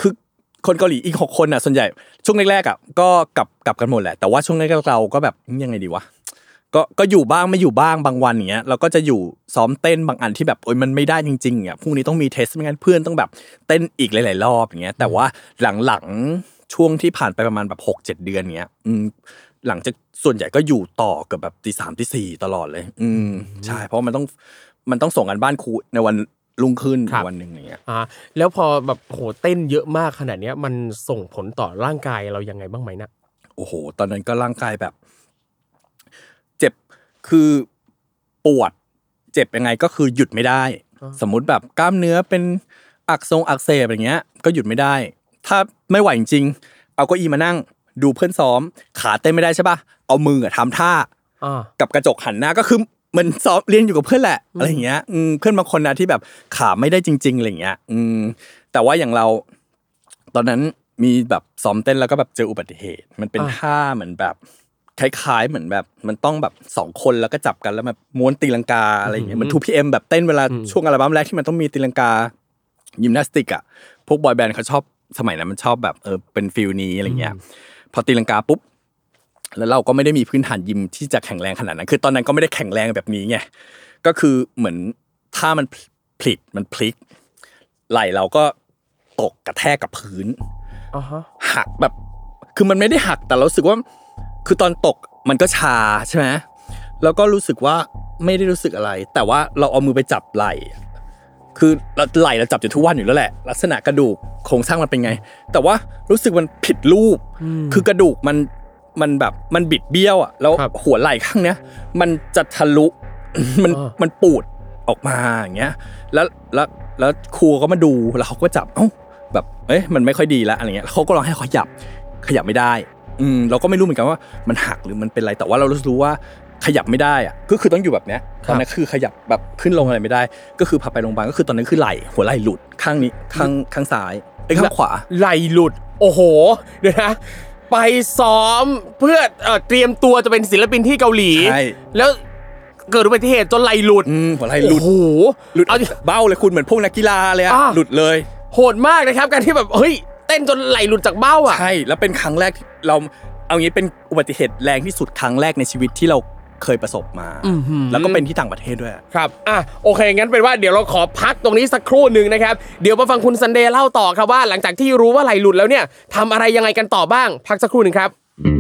คนเกาหลีอีก6คนน่ะส่วนใหญ่ช่วงแรกๆอ่ะก็กลับกันหมดแหละแต่ว่าช่วงแรกเราก็แบบยังไงดีวะก็อยู่บ้างไม่อยู่บ้างบางวันอย่างเงี้ยเราก็จะอยู่ซ้อมเต้นบางอันที่แบบโอ๊ยมันไม่ได้จริงๆอ่ะพรุ่งนี้ต้องมีเทสไม่งั้นเพื่อนต้องแบบเต้นอีกหลายๆรอบอย่างเงี้ยแต่ว่าหลังๆช่วงที่ผ่านไปประมาณแบบ 6-7 เดือนเงี้ยหลังจากส่วนใหญ่ก็อยู่ต่อกับแบบตี 3 ตี 4ตลอดเลยใช่เพราะมันต้องส่งกันบ้านครูในวันรุ่งขึ้นวันนึงอย่างเงี้ยแล้วพอแบบโหเต้นเยอะมากขนาดเนี้ยมันส่งผลต่อร่างกายเรายังไงบ้างมั้ยนะโอ้โหตอนนั้นก็ร่างกายแบบเจ็บคือปวดเจ็บยังไงก็คือหยุดไม่ได้สมมุติแบบกล้ามเนื้อเป็นอักเสบอย่างเงี้ยก็หยุดไม่ได้ถ้าไม่ไหวจริงๆเอาเก้าอี้มานั่งดูเพื่อนซ้อมขาเต้นไม่ได้ใช่ป่ะเอามือทำท่ากับกระจกหันหน้าก็คือเหมือนซ้อมเรียนอยู่กับเพื่อนแหละอะไรอย่างเงี้ยเพื่อนบางคนนะที่แบบขาไม่ได้จริงๆอะไรอย่างเงี้ยแต่ว่าอย่างเราตอนนั้นมีแบบซ้อมเต้นแล้วก็แบบเจออุบัติเหตุมันเป็นท่าเหมือนแบบคล้ายๆเหมือนแบบมันต้องแบบ2คนแล้วก็จับกันแล้วแบบม้วนตีลังกาอะไรอย่างเงี้ยเหมือน 2PM แบบเต้นเวลาช่วงอัลบั้มแรกที่มันต้องมีตีลังกายิมนาสติกอ่ะพวกบอยแบนด์เขาชอบสมัยนั้นมันชอบแบบเป็นฟีลนี้อะไรเงี้ยพอตีลังกาปุ๊บแล้วเราก็ไม่ได้มีพื้นฐานยิมที่จะแข็งแรงขนาดนั้นคือตอนนั้นก็ไม่ได้แข็งแรงแบบนี้ไงก็คือเหมือนถ้ามันพลิกไหล่เราก็ตกกระแทกกับพื้นหักแบบคือมันไม่ได้หักแต่เรารู้สึกว่าคือตอนตกมันก็ชาใช่ไหมแล้วก็รู้สึกว่าไม่ได้รู้สึกอะไรแต่ว่าเราเอามือไปจับไหล่คือไหล่เราจับอยู่ทุกวันอยู่แล้วแหละลักษณะกระดูกโครงสร้างมันเป็นไงแต่ว่ารู้สึกมันผิดรูปคือกระดูกมันแบบมันบิดเบี้ยวอ่ะแล้วหัวไหล่ข้างเนี้ยมันจะทะลุมันปูดออกมาอย่างเงี้ยแล้วครูก็มาดูแล้วเขาก็จับแบบมันไม่ค่อยดีแล้วอะไรเงี้ยเขาก็ลองให้ขยับไม่ได้เราก็ไม่รู้เหมือนกันว่ามันหักหรือมันเป็นอะไรแต่ว่าเรารู้ว่าขยับไม่ได้อ่ะก็คือต้องอยู่แบบเนี้ยตอนนั้นคือขยับแบบขึ้นลงอะไรไม่ได้ก็คือพาไปโรงพยาบาลก็คือตอนนั้นคือหัวไหล่หลุดข้างนี้ข้างซ้ายข้างขวาไหล่หลุดโอ้โหเดี๋ยวนะไปซ้อมเพื่อเตรียมตัวจะเป็นศิลปินที่เกาหลีแล้วเกิดอุบัติเหตุจนไหล่หลุดหัวไหล่หลุดโอ้โหหลุดเบ้าเลยคุณเหมือนพวกนักกีฬาเลยอ่ะหลุดเลยโหดมากนะครับการที่แบบเฮ้ยเต้นจนไหล่หลุดจากเบ้าอ่ะใช่แล้วเป็นครั้งแรกเราเอางี้เป็นอุบัติเหตุแรงที่สุดครั้งแรกในชีวิตที่เราเคยประสบมาแล้วก็เป็นที่ต่างประเทศด้วยครับโอเคงั้นเป็นว่าเดี๋ยวเราขอพักตรงนี้สักครู่นึงนะครับเดี๋ยวมาฟังคุณซันเดย์เล่าต่อครับว่าหลังจากที่รู้ว่าไหล่หลุดแล้วเนี่ยทำอะไรยังไงกันต่อบ้างพักสักครู่นึงครับ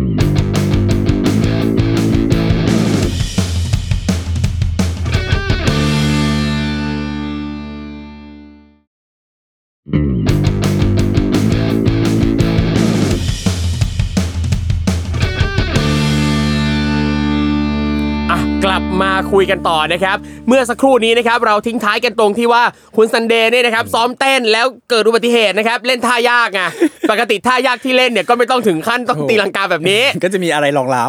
กลับมาคุยกันต่อนะครับเมื่อสักครู่นี้นะครับเราทิ้งท้ายกันตรงที่ว่าคุณซันเดย์เนี่ยนะครับซ้อมเต้นแล้วเกิดอุบัติเหตุนะครับเล่นท่ายากไงปกติท่ายากที่เล่นเนี่ยก็ไม่ต้องถึงขั้นต้องตีลังกาแบบนี้ก็จะมีอะไรรองรับ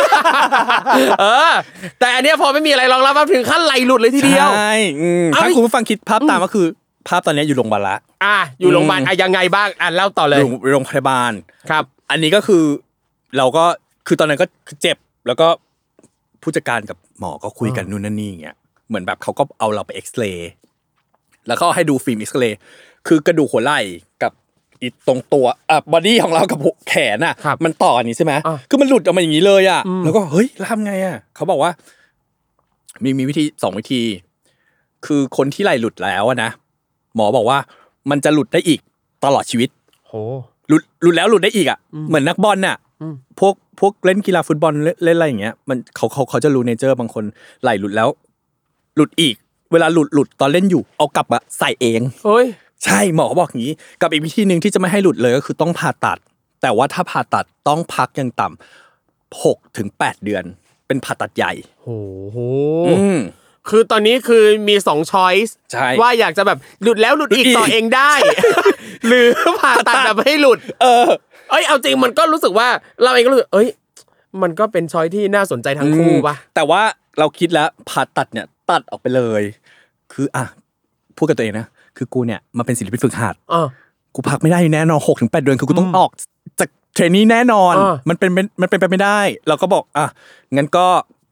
แต่อันเนี้ยพอไม่มีอะไรรองรับถึงขั้นไหลหลุดเลยทีเดียวใช่ถ้าคุณผู้ฟังคิดภาพตามก็คือภาพตอนนี้อยู่โรงพยาบาลละอยู่โรงพยาบาลยังไงบ้างเล่าต่อเลยโรงพยาบาลครับอันนี้ก็คือเราก็คือตอนนั้นก็เจ็บแล้วก็ผู้จัดการกับหมอก็คุยกันนู่นนั่นนี่อย่างเงี้ยเหมือนแบบเขาก็เอาเราไปเอ็กซเรย์แล้วก็ให้ดูฟิล์มเอ็กซเรย์คือกระดูกหัวไหล่กับอีตรงตัวบอดี้ของเรากับแขนน่ะมันต่อกันนี้ใช่ไหมคือมันหลุดออกมาอย่างนี้เลยอ่ะแล้วก็เฮ้ยทำไงอ่ะเขาบอกว่ามีวิธี2วิธีคือคนที่ไหล่หลุดแล้วนะหมอบอกว่ามันจะหลุดได้อีกตลอดชีวิตโหหลุดแล้วหลุดได้อีกอ่ะเหมือนนักบอลน่ะพวกเล่นกีฬาฟุตบอลเล่นอะไรอย่างเงี้ยมันเขาจะรู้เนเจอร์บางคนไหลหลุดแล้วหลุดอีกเวลาหลุดตอนเล่นอยู่เอากลับมาใส่เองเฮ้ยใช่หมอเขาบอกอย่างงี้กับอีกวิธีนึงที่จะไม่ให้หลุดเลยก็คือต้องผ่าตัดแต่ว่าถ้าผ่าตัดต้องพักอย่างต่ำ6 ถึง 8 เดือนเป็นผ่าตัดใหญ่โอ้โหคือตอนนี้คือมี2 choice ว่าอยากจะแบบหลุดแล้วหลุดอีกต่อเองได้หรือผ่าตัดแบบให้หลุดเอาจริงมันก็รู้สึกว่าเราเองก็รู้สึกมันก็เป็นช้อยที่น่าสนใจทั้งคู่ป่ะแต่ว่าเราคิดแล้วผ่าตัดเนี่ยตัดออกไปเลยคือพูดกับตัวเองนะคือกูเนี่ยมาเป็นศิลปินฝึกหัดกูพักไม่ได้แน่นอน6 ถึง 8 เดือนคือกูต้องออกจากเทรนนิ่งแน่นอนมันเป็นไปไม่ได้เราก็บอกงั้นก็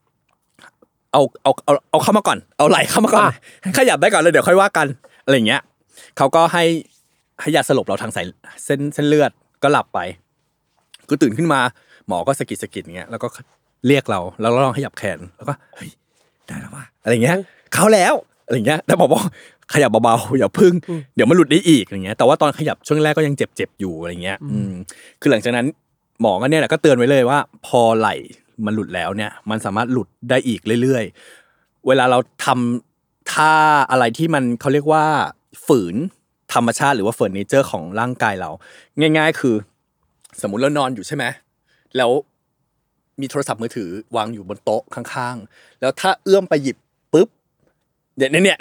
เอาเข้ามาก่อนเอาไหลเข้ามาก่อนขยับได้ก่อนเลยเดี๋ยวค่อยว่ากันอะไรอย่างเงี้ยเขาก็ให้ให้ยาสลบเราทางสายเส้นเลือดก็หลับไปก็ตื่นขึ้นมาหมอก็สะกิดอย่างเงี้ยแล้วก็เรียกเราแล้วลองขยับแขนแล้วก็เฮ้ยได้แล้วว่ะอะไรเงี้ยเข้าแล้วอะไรเงี้ยแต่หมอบอกขยับเบาๆอย่าพึ่งเดี๋ยวมันหลุดได้อีกอะไรเงี้ยแต่ว่าตอนขยับช่วงแรกก็ยังเจ็บอยู่อะไรเงี้ยคือหลังจากนั้นหมอก็เนี่ยแหละก็เตือนไว้เลยว่าพอไหล่มันหลุดแล้วเนี่ยมันสามารถหลุดได้อีกเรื่อยๆเวลาเราทำท่าอะไรที่มันเขาเรียกว่าฝืนธรรมชาติหรือว่าเฟอร์นิเจอร์ของร่างกายเราง่ายๆคือสมมุติเรานอนอยู่ใช่ไหมแล้วมีโทรศัพท์มือถือวางอยู่บนโต๊ะข้างๆแล้วถ้าเอื้อมไปหยิบปุ๊บเนี่ย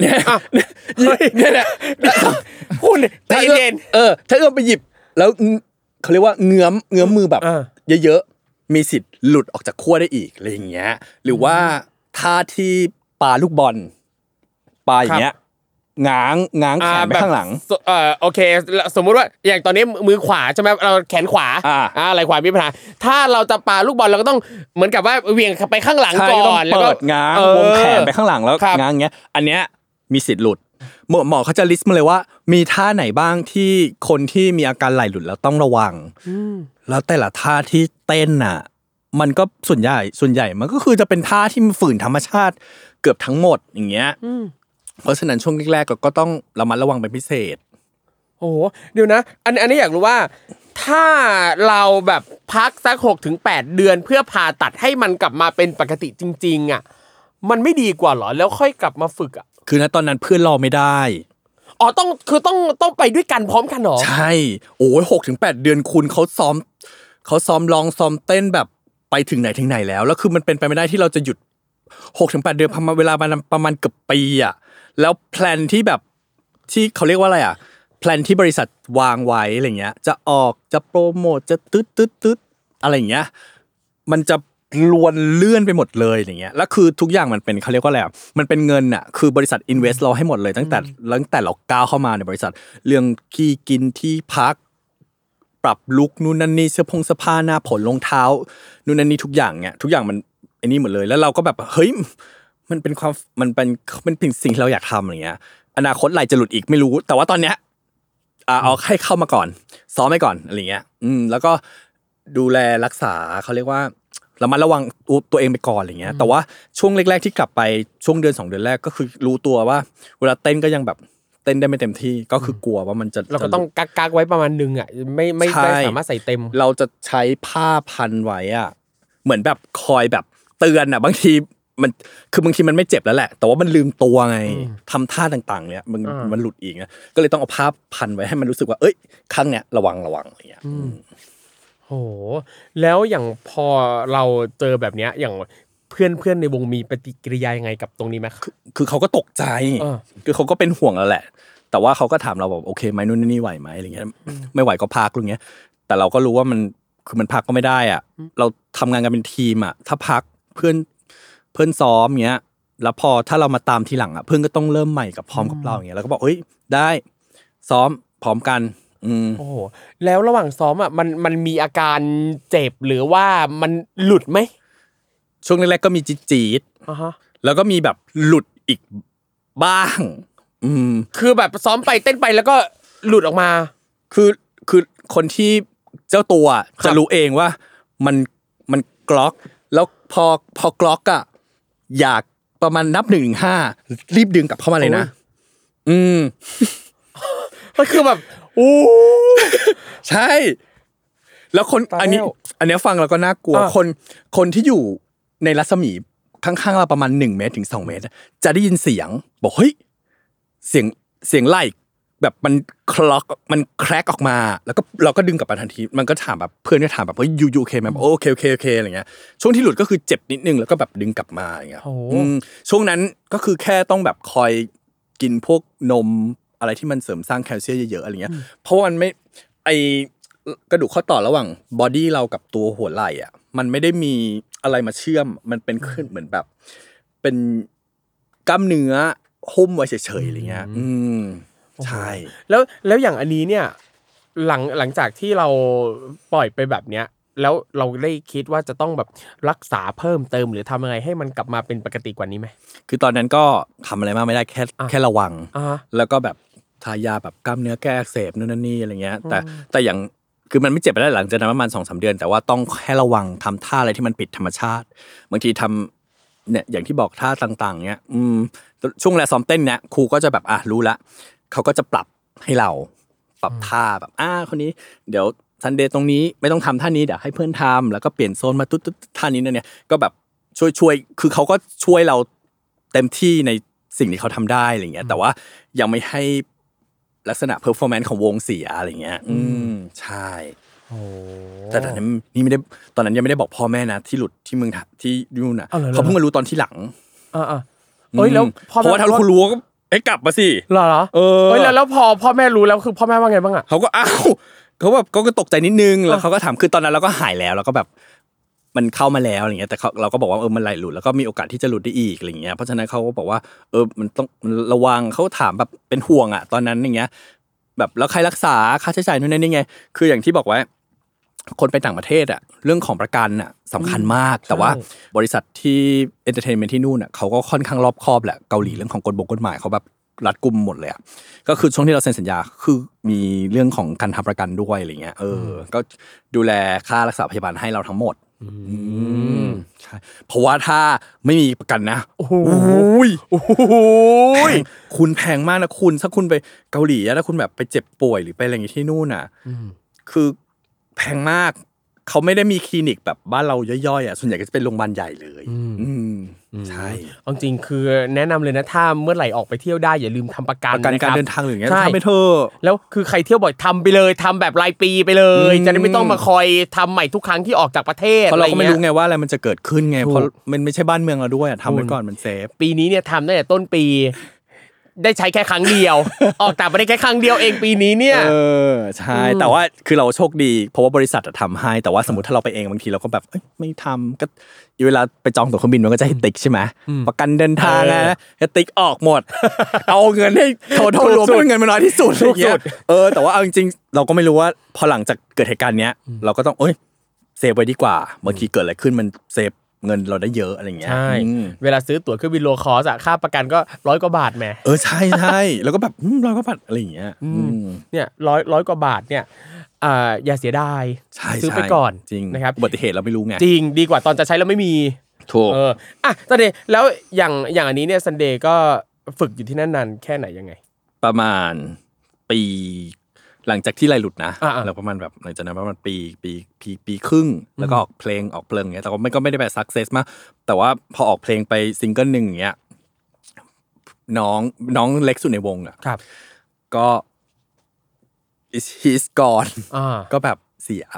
พูดใจเย็นถ้าเอื้อมไปหยิบแล้วเขาเรียกว่าเงื้อมมือแบบเยอะๆมีสิทธิ์หลุดออกจากขั้วได้อีกอะไรอย่างเงี้ยหรือว่าท่าที่ปาลูกบอลปาอย่างเงี้ยง้างแขนไปข้างหลังโอเคสมมุติว่าอย่างตอนนี้มือขวาใช่มั้ยเราแขนขวาไหล่ขวามีปัญหาถ้าเราจะปาลูกบอลเราก็ต้องเหมือนกับว่าเหวี่ยงไปข้างหลังก่อนแล้วก็ง้างวงแขนไปข้างหลังแล้วง้างอย่างเงี้ยอันเนี้ยมีสิทธิ์หลุดหมอเขาจะลิสต์มาเลยว่ามีท่าไหนบ้างที่คนที่มีอาการไหล่หลุดแล้วต้องระวังแล้วแต่ละท่าที่เต้นน่ะมันก็ส่วนใหญ่มันก็คือจะเป็นท่าที่มันฝืนธรรมชาติเกือบทั้งหมดอย่างเงี้ยเพราะฉะนั้นช่วงแรกๆก็ต้องระมัดระวังเป็นพิเศษโอ้โหเดี๋ยวนะอันนี้อยากรู้ว่าถ้าเราแบบพักสัก 6-8 เดือนเพื่อผ่าตัดให้มันกลับมาเป็นปกติจริงๆอ่ะมันไม่ดีกว่าหรอแล้วค่อยกลับมาฝึกอ่ะคือณตอนนั้นเพื่อนรอไม่ได้ต้องไปด้วยกันพร้อมกันหรอใช่โอ้ย 6-8 เดือนคุณเขาซ้อมร้องซ้อมเต้นแบบไปถึงไหนแล้วคือมันเป็นไปไม่ได้ที่เราจะหยุด 6-8 เดือนเวลาประมาณเกือบปีอ่ะแล้วแพลนที่แบบที่เขาเรียกว่าอะไรอ่ะแพลนที่บริษัทวางไว้อะไรเงี้ยจะออกจะโปรโมทจะตึ๊ดอะไรอย่างเงี้ยมันจะลวนเลื่อนไปหมดเลยอย่างเงี้ยแล้วคือทุกอย่างมันเป็นเขาเรียกว่าอะไรอ่ะมันเป็นเงินอ่ะคือบริษัท invest เราให้หมดเลยตั้งแต่เราก้าวเข้ามาในบริษัทเรื่องที่กินที่พักปรับลุคนู่นนั่นนี่เสื้อผ้าหน้าผลรองเท้านู่นนั่นนี่ทุกอย่างเงี้ยทุกอย่างมันไอ้นี่หมดเลยแล้วเราก็แบบเฮ้ยมันเป็นสิ่งที่เราอยากทำอย่างเงี้ยอนาคตไหลจะหลุดอีกไม่รู้แต่ว่าตอนเนี้ยเอาให้เข้ามาก่อนซ้อมไว้ก่อนอะไรเงี้ยแล้วก็ดูแลรักษาเขาเรียกว่าระมัดระวังตัวเองไปก่อนอะไรเงี้ยแต่ว่าช่วงแรกๆที่กลับไปช่วงเดือน2เดือนแรกก็คือรู้ตัวว่าเวลาเต้นก็ยังแบบเต้นได้ไม่เต็มที่ก็คือกลัวว่ามันจะเราก็ต้องกักไว้ประมาณนึงอ่ะไม่ได้สามารถใส่เต็มเราจะใช้ผ้าพันไว้อ่ะเหมือนแบบคอยแบบเตือนอ่ะบางทีบางทีมันไม่เจ็บแล้วแหละแต่ว่ามันลืมตัวไงทำท่าต่างๆเนี่ยมันหลุดอีกนะก็เลยต้องเอาผ้าพันไว้ให้มันรู้สึกว่าเอ้ยครั้งเนี้ยระวังอะไรเงี้ยโหแล้วอย่างพอเราเจอแบบเนี้ยอย่างเพื่อนในวงมีปฏิกิริยายังไงกับตรงนี้มั้ยคือเขาก็ตกใจคือเขาก็เป็นห่วงแล้วแหละแต่ว่าเขาก็ถามเราแบบโอเคมั้ยนู่นนี่ไหวมั้ยอะไรเงี้ยไม่ไหวก็พักอะไรเงี้ยแต่เราก็รู้ว่ามันคือมันพักก็ไม่ได้อ่ะเราทำงานกันเป็นทีมอ่ะถ้าพักเพื่อนซ้อมเงี้ยแล้วพอถ้าเรามาตามทีหลังอ่ะเพื่อนก็ต้องเริ่มใหม่กับพร้อมกับเราอย่างเงี้ยแล้วก็บอกเฮ้ยได้ซ้อมพร้อมกันโอ้โหแล้วระหว่างซ้อมอ่ะมันมีอาการเจ็บหรือว่ามันหลุดไหมช่วงแรกๆก็มีจี๊ดแล้วก็มีแบบหลุดอีกบ้างคือแบบซ้อมไปเต้นไปแล้วก็หลุดออกมาคือคนที่เจ้าตัวจะรู้เองว่ามันกล็อกแล้วพอกล็อกอ่ะอยากประมาณนับ 1-5 รีบดึงกลับเข้ามาเลยนะมันคือแบบโอ้ใช่แล้วคนอันนี้ฟังแล้วก็น่ากลัวคนที่อยู่ในรัศมีข้างๆเราประมาณ1เมตรถึง2เมตรจะได้ยินเสียงบอกเฮ้ยเสียงไหล่แบบมันมันแคร็กออกมาแล้วก็เราก็ดึงกลับมาทันทีมันก็ถามแบบเพื่อนก็ถามแบบเฮ้ยยูโอเคมั้ยโอเคอะไรเงี้ยช่วงที่หลุดก็คือเจ็บนิดนึงแล้วก็แบบดึงกลับมาอย่างเงี้ยช่วงนั้นก็คือแค่ต้องแบบคอยกินพวกนมอะไรที่มันเสริมสร้างแคลเซียมเยอะๆอะไรเงี้ยเพราะมันไม่ไอกระดูกข้อต่อระหว่างบอดี้เรากับตัวหัวไหล่อ่ะมันไม่ได้มีอะไรมาเชื่อมมันเป็นขึ้นเหมือนแบบเป็นกล้ามเนื้อหุ้มไว้เฉยๆอะไรเงี้ยใช่แล้วอย่างอันนี้เนี่ยหลังจากที่เราปล่อยไปแบบเนี้ยแล้วเราได้คิดว่าจะต้องแบบรักษาเพิ่มเติมหรือทำยังไงให้มันกลับมาเป็นปกติกว่านี้ไหมคือตอนนั้นก็ทำอะไรมากไม่ได้แค่ระวังแล้วก็แบบทายาแบบกล้ามเนื้อแก้อักเสบนู่นนั่นนี่อะไรเงี้ยแต่อย่างคือมันไม่เจ็บไปได้หลังจากนั้นประมาณ 2-3 เดือนแต่ว่าต้องให้ระวังทำท่าอะไรที่มันผิดธรรมชาติบางทีทำเนี่ยอย่างที่บอกท่าต่างๆเนี้ยช่วงเวลาซ้อมเต้นเนี่ยครูก็จะแบบรู้ละเขาก็จะปรับให้เราปรับท่าแบบคนนี้เดี๋ยวซันเดย์ตรงนี้ไม่ต้องทำท่านี้เดี๋ยวให้เพื่อนทำแล้วก็เปลี่ยนโซนมาตุ๊ดท่านี้เนี่ยก็แบบช่วยคือเขาก็ช่วยเราเต็มที่ในสิ่งที่เขาทำได้อะไรเงี้ยแต่ว่ายังไม่ให้ลักษณะเพอร์ฟอร์แมนซ์ของวงเสียอะไรเงี้ยใช่แต่ตอนนั้นนี่ไม่ได้ตอนนั้นยังไม่ได้บอกพ่อแม่นะที่หลุดที่เมืองที่นู่นน่ะเขาเพิ่งมารู้ตอนที่หลังแล้วเพราะว่าถ้าคุณรู้ก็กลับมาสิเหรอแล้วพอพ่อแม่รู้แล้วคือพ่อแม่ว่าไงบ้างอ่ะเขาก็เขาแบบก็ตกใจนิดนึงแล้วเขาก็ถามคือตอนนั้นเราก็หายแล้วแล้วก็แบบมันเข้ามาแล้วอะไรเงี้ยแต่เราก็บอกว่ามันไหลหลุดแล้วก็มีโอกาสที่จะหลุดได้อีกอะไรเงี้ยเพราะฉะนั้นเขาก็บอกว่ามันต้องระวังเขาถามแบบเป็นห่วงอ่ะตอนนั้นอย่างเงี้ยแบบแล้วใครรักษาค่าใช้จ่ายนู่นนี่ไงคืออย่างที่บอกว่าคนไปต่างประเทศอ่ะเรื่องของประกันอ่ะสำคัญมากแต่ว่าบริษัทที่เอนเตอร์เทนเมนต์ที่นู่นอ่ะเขาก็ค่อนข้างรอบคอบแหละเกาหลีเรื่องของกฎหมายเขาแบบรัดกุมหมดเลยอ่ะก็คือช่วงที่เราเซ็นสัญญาคือมีเรื่องของการทำประกันด้วยอะไรเงี้ยก็ดูแลค่ารักษาพยาบาลให้เราทั้งหมดใช่เพราะว่าถ้าไม่มีประกันนะโอ้ยคุณแพงมากนะคุณถ้าคุณไปเกาหลีแล้วคุณแบบไปเจ็บป่วยหรือไปอะไรอย่างงี้ที่นู่นน่ะคือแพงมากเขาไม่ได้มีคลินิกแบบบ้านเราย่อยๆอ่ะส่วนใหญ่ก็จะเป็นโรงพยาบาลใหญ่เลยใช่จริงคือแนะนำเลยนะถ้าเมื่อไหร่ออกไปเที่ยวได้อย่าลืมทำประกันการเดินทางหรืออย่างเงี้ยทำไปเถอะแล้วคือใครเที่ยวบ่อยทำไปเลยทำแบบรายปีไปเลยจะได้ไม่ต้องมาคอยทำใหม่ทุกครั้งที่ออกจากประเทศเพราะเราก็ไม่รู้ไงว่าอะไรมันจะเกิดขึ้นไงเพราะมันไม่ใช่บ้านเมืองเราด้วยทำไว้ก่อนมันเซฟปีนี้เนี่ยทำตั้งแต่ต้นปีได้ใช้แค่ครั้งเดียวออกแต่ไม่ได้แค่ครั้งเดียวเองปีนี้เนี่ยใช่แต่ว่าคือเราโชคดีเพราะว่าบริษัททำให้แต่ว่าสมมติถ้าเราไปเองบางทีเราก็แบบไม่ทำก็เวลาไปจองตั๋วเครื่องบินมันก็จะให้ติ๊กใช่ไหมประกันเดินทางนะให้ติ๊กออกหมดเอาเงินให้โทษรวมเป็นเงินมันน้อยที่สุดอะไรเงี้ยแต่ว่าเอาจริงๆเราก็ไม่รู้ว่าพอหลังจากเกิดเหตุการณ์เนี้ยเราก็ต้องเซฟไว้ดีกว่าบางทีเกิดอะไรขึ้นมันเซฟเงินเราได้เยอะอะไรเงี้ยใช่เวลาซื้อตั๋วเครื่องบินโลคอสค่าประกันก็100 กว่าบาทแหมใช่แล้วก็แบบ100 กว่าบาทอะไรอย่างเงี้ยเนี่ย100 กว่าบาทเนี่ยอย่าเสียดายซื้อไปก่อนจริงนะครับอุบัติเหตุเราไม่รู้ไงจริงดีกว่าตอนจะใช้แล้วไม่มีถูกซันเดย์แล้วอย่างอันนี้เนี่ยซันเดย์ก็ฝึกอยู่ที่นั่นนานแค่ไหนยังไงประมาณปีหลังจากที่ไล่หลุดนะแล้วประมาณแบบหลังจากนั้นประมาณปีครึ่งแล้วก็ออกเพลงอย่างเงี้ยแต่ก็ไม่ได้แบบซักเซสมากแต่ว่าพอออกเพลงไปซิงเกิลนึงอย่างเงี้ยน้องเล็กสุดในวงอ่ะก็ he's gone ก็แบบเสีย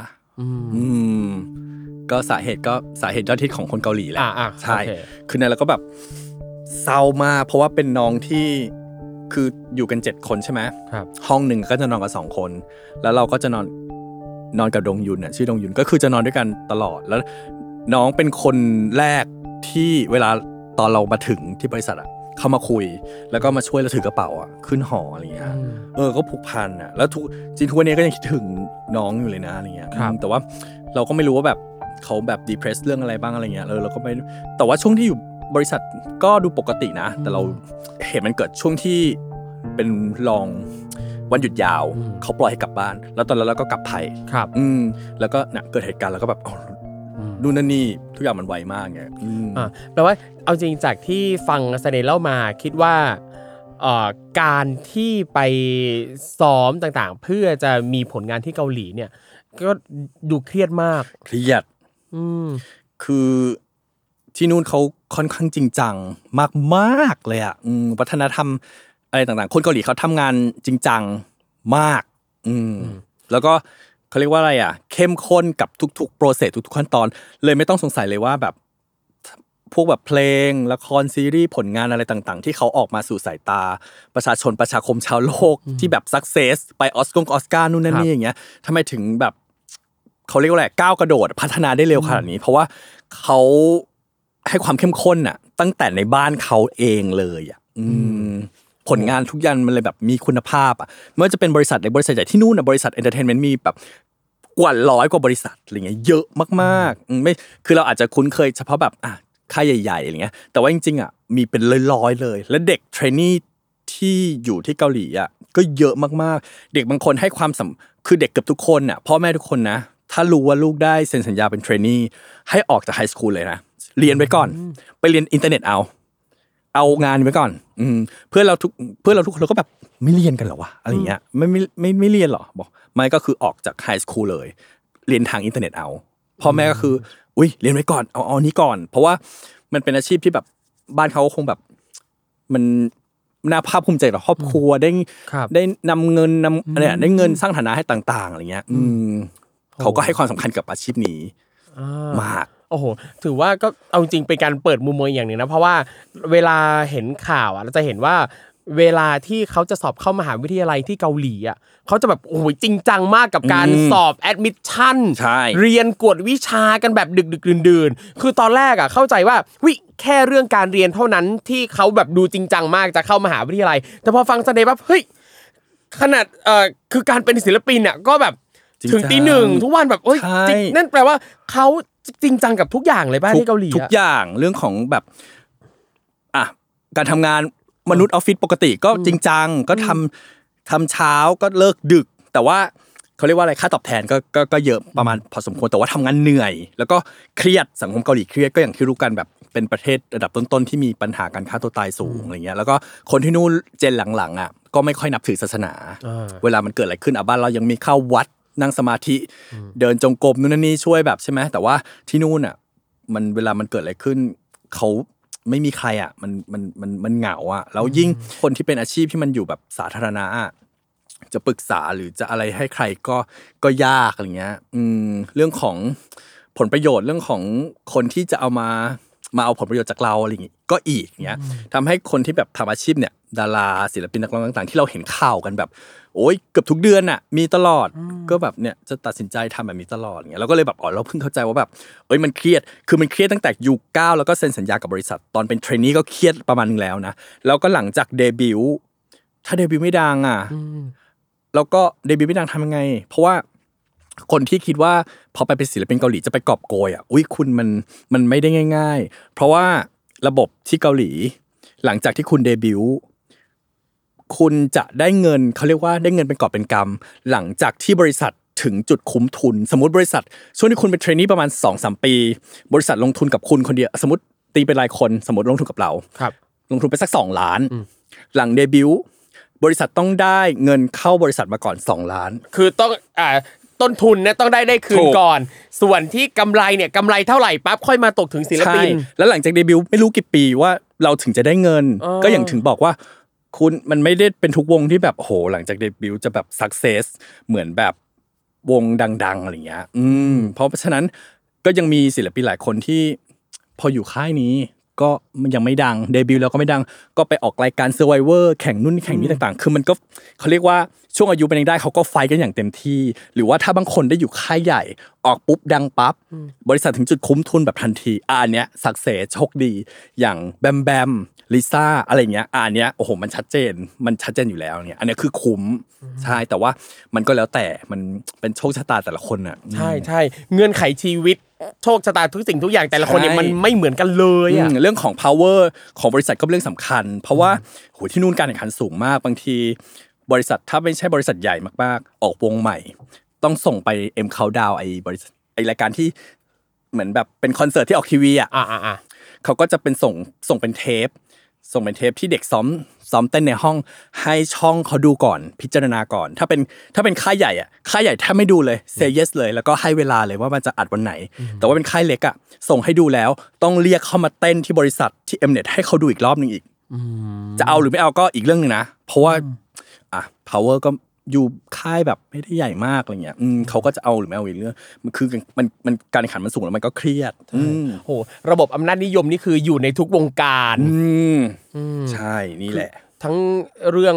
ก็สาเหตุยอดฮิตของคนเกาหลีแหละใช่คือนั้นแล้วก็แบบเศร้ามากเพราะว่าเป็นน้องที่คืออยู่กัน7 คนใช่ไหมห้องหนึ่งก็จะนอนกัน2 คนแล้วเราก็จะนอนกับดงยุนน่ะชื่อดงยุนก็คือจะนอนด้วยกันตลอดแล้วน้องเป็นคนแรกที่เวลาตอนเรามาถึงที่บริษัทอ่ะเข้ามาคุยแล้วก็มาช่วยเราถือกระเป๋าอ่ะขึ้นหออะไรเงี้ยก็ผูกพันอ่ะแล้วจริงทุกวันนี้ก็ยังคิดถึงน้องอยู่เลยนะอะไรเงี้ยแต่ว่าเราก็ไม่รู้ว่าแบบเขาแบบดีเพรสเรื่องอะไรบ้างอะไรเงี้ยเราก็ไม่แต่ว่าช่วงที่อยู่บริษัทก็ดูปกตินะแต่เราเห็นมันเกิดช่วงที่เป็นลองวันหยุดยาวเขาปล่อยให้กลับบ้านแล้วตอนนั้นเราก็กลับไทยแล้วก็เนี่ยเกิดเหตุการณ์แล้วก็แบบนู่นนั่นนี่ทุกอย่างมันไวมากไงแปลว่าเอาจริงจากที่ฟังซันเดย์เล่ามาคิดว่าการที่ไปซ้อมต่างๆเพื่อจะมีผลงานที่เกาหลีเนี่ยก็ดูเครียดมากเครียดคือที่นู่นเขาค่อนข้างจริงจังมากๆเลยอ่ะวัฒนธรรมอะไรต่างๆคนเกาหลีเขาทำงานจริงจังมากแล้วก็เขาเรียกว่าอะไรอ่ะเข้มข้นกับทุกๆโปรเซสทุกๆขั้นตอนเลยไม่ต้องสงสัยเลยว่าแบบพวกแบบเพลงละครซีรีส์ผลงานอะไรต่างๆที่เขาออกมาสู่สายตาประชาคมชาวโลกที่แบบซักเซสไปออสการ์นู่นนั่นนี่อย่างเงี้ยทำไมถึงแบบเขาเรียกว่าอะไรก้าวกระโดดพัฒนาได้เร็วขนาดนี้เพราะว่าเขาให้ความเข้มข้นอ่ะตั้งแต่ในบ้านเขาเองเลยอ่ะผลงานทุกอย่างมันเลยแบบมีคุณภาพอ่ะไม่ว่าจะเป็นบริษัทในบริษัทใหญ่ที่นู่นน่ะบริษัทเอนเตอร์เทนเมนต์มีแบบกว่า100 กว่าบริษัทอะไรเงี้ยเยอะมากๆไม่คือเราอาจจะคุ้นเคยเฉพาะแบบค่ายใหญ่ๆอะไรเงี้ยแต่ว่าจริงๆอ่ะมีเป็นร้อยๆเลยและเด็กเทรนนี่ที่อยู่ที่เกาหลีอ่ะก็เยอะมากๆเด็กบางคนให้ความคือเด็กเกือบทุกคนน่ะพ่อแม่ทุกคนนะถ้ารู้ว่าลูกได้เซ็นสัญญาเป็นเทรนนีให้ออกจากไฮสคูลเลยนะเรียนไว้ก่อนไปเรียนอินเทอร์เน็ตเอางานไว้ก่อนเพื่อนเราทุกคนเราก็แบบไม่เรียนกันเหรอวะอะไรเงี้ยไม่เรียนหรอบอกไม่ก็คือออกจากไฮสคูลเลยเรียนทางอินเทอร์เน็ตเอาพ่อแม่ก็คืออุ้ยเรียนไว้ก่อนเอานี้ก่อนเพราะว่ามันเป็นอาชีพที่แบบบ้านเขาคงแบบมันน่าภาคภูมิใจกับครอบครัวได้นำเงินเนี่ยได้เงินสร้างฐานะให้ต่างๆอะไรเงี้ยเขาก็ให้ความสำคัญกับอาชีพนี้มากโอ้โหถือว่าก็เอาจริงเป็นการเปิดมุมมองอย่างหนึ่งนะเพราะว่าเวลาเห็นข่าวเราจะเห็นว่าเวลาที่เขาจะสอบเข้ามหาวิทยาลัยที่เกาหลีอ่ะเขาจะแบบโอ้โหจริงจังมากกับการสอบแอดมิชชั่นเรียนกวดวิชากันแบบดึกๆดื่นๆคือตอนแรกอ่ะเข้าใจว่าแค่เรื่องการเรียนเท่านั้นที่เขาแบบดูจริงจังมากจะเข้ามหาวิทยาลัยแต่พอฟังซันเดย์ปั๊บเฮ้ยขนาดคือการเป็นศิลปินอ่ะก็แบบถึงตี 1ทุกวันแบบเฮ้ยนั่นแปลว่าเขาจริงจังกับทุกอย่างเลยป่ะที่เกาหลีทุกอย่างเรื่องของแบบการทำงานมนุษย์ออฟฟิศปกติก็จริงจังก็ทำเช้าก็เลิกดึกแต่ว่าเขาเรียกว่าอะไรค่าตอบแทนก็เยอะประมาณพอสมควรแต่ว่าทำงานเหนื่อยแล้วก็เครียดสังคมเกาหลีเครียดก็อย่างที่รู้กันแบบเป็นประเทศระดับต้นๆที่มีปัญหาการฆ่าตัวตายสูงอะไรเงี้ยแล้วก็คนที่นู่นเจนหลังๆอ่ะก็ไม่ค่อยนับถือศาสนาเวลามันเกิดอะไรขึ้นบ้านเรายังมีเข้าวัดนั่งสมาธิเดินจงกรมนู่นนี่ช่วยแบบใช่ไหมแต่ว่าที่นู่นอ่ะมันเวลามันเกิดอะไรขึ้นเขาไม่มีใครอ่ะมันเหงาอ่ะแล้วยิ่งคนที่เป็นอาชีพที่มันอยู่แบบสาธารณะจะปรึกษาหรือจะอะไรให้ใครก็ยากอะไรเงี้ยเรื่องของผลประโยชน์เรื่องของคนที่จะเอามาเอาผลประโยชน์จากเราอะไรอย่างงี้ก็อีกเงี้ยทำให้คนที่แบบทำอาชีพเนี่ยดาราศิลปินนักร้องต่างๆที่เราเห็นข่าวกันแบบโอ้ยเกือบทุกเดือนน่ะมีตลอดก็แบบเนี่ยจะตัดสินใจทำแบบนี้ตลอดเงี้ยเราก็เลยแบบเราเพิ่งเข้าใจว่าแบบมันเครียดคือมันเครียดตั้งแต่ยุค9แล้วก็เซ็นสัญญากับบริษัทตอนเป็นเทรนนีก็เครียดประมาณนึงแล้วนะแล้วก็หลังจากเดบิวต์ถ้าเดบิวต์ไม่ดังแล้วก็เดบิวต์ไม่ดังทำยังไงเพราะว่าคนที่คิดว่าพอไปเป็นศิลปินเกาหลีจะไปกอบโกยคุณมันไม่ได้ง่ายๆเพราะว่าระบบที่เกาหลีหลังจากที่คุณเดบิวต์คุณจะได้เงินเขาเรียกว่าได้เงินเป็นกอบเป็นกำหลังจากที่บริษัทถึงจุดคุ้มทุนสมมุติบริษัทช่วงที่คุณเป็นเทรนนีประมาณ 2-3 ปีบริษัทลงทุนกับคุณคนเดียวสมมุติตีเป็นรายคนสมมุติลงทุนกับเราลงทุนไปสัก2 ล้านหลังเดบิวต์บริษัทต้องได้เงินเข้าบริษัทมาก่อน2 ล้านคือต้องต้นทุนเนี่ยต้องได้คืนก่อนส่วนที่กำไรเนี่ยกำไรเท่าไหร่ปั๊บค่อยมาตกถึงศิลปินแล้วหลังจากเดบิวต์ไม่รู้กี่ปีว่าเราถึงจะได้เงินก็อย่างถึงบอกว่าคุณมันไม่ได้เป็นทุกวงที่แบบโหหลังจากเดบิวต์จะแบบซักเซสเหมือนแบบวงดังๆอะไรเงี้ยเพราะฉะนั้นก็ยังมีศิลปินหลายคนที่พออยู่ค่ายนี้ก็มันยังไม่ดังเดบิวต์แล้วก็ไม่ดังก็ไปออกรายการ Survivor แข่งนู่นแข่งนี้ต่างๆคือมันก็เขาเรียกว่าช่วงอายุเป็นยังได้เขาก็ไฟกันอย่างเต็มที่หรือว่าถ้าบางคนได้อยู่ค่ายใหญ่ออกปุ๊บดังปั๊บบริษัทถึงจุดคุ้มทุนแบบทันทีอันเนี้ยสักเซสโชคดีอย่างแบมลิซ่าอะไรเงี้ยอันเนี้ยโอ้โหมันชัดเจนอยู่แล้วเนี่ยอันนี้คือคุ้มใช่แต่ว่ามันก็แล้วแต่มันเป็นโชคชะตาแต่ละคนอ่ะใช่เงื่อนไขชีวิตโชคชะตาทุกสิ่งทุกอย่างแต่ละคนเนี่ยมันไม่เหมือนกันเลยอ่ะเรื่องของ power ของบริษัทก็เป็นเรื่องสำคัญเพราะว่าโหที่นู่นการแข่งขันสูงมากบางทีบริษัทถ้าไม่ใช่บริษัทใหญ่มากๆออกวงใหม่ต้องส่งไป M Countdown บริษัทรายการที่เหมือนแบบเป็นคอนเสิร์ตที่ออกทีวีอ่ะเขาก็จะเป็นส่งเป็นเทปที่เด็กซ้อมเต้นในห้องให้ช่องเขาดูก่อนพิจารณาก่อนถ้าเป็นค่ายใหญ่อ่ะค่ายใหญ่แทบไม่ดูเลยเซย์เยสเลยแล้วก็ให้เวลาเลยว่ามันจะอัดวันไหนแต่ว่าเป็นค่ายเล็กอ่ะส่งให้ดูแล้วต้องเรียกเข้ามาเต้นที่บริษัทที่ Mnet ให้เขาดูอีกรอบนึงอีกจะเอาหรือไม่เอาก็อีกเรื่องนึงนะเพราะว่าpower ก็อยู่ค่ายแบบไม่ได้ใหญ่มากอะไรเงี้ยเขาก็จะเอาหรือไม่เอาอีกเรื่องมันคือมันการแข่งขันมันสูงแล้วมันก็เครียดโหระบบอำนาจนิยมนี่คืออยู่ในทุกวงการใช่นี่แหละทั้งเรื่อง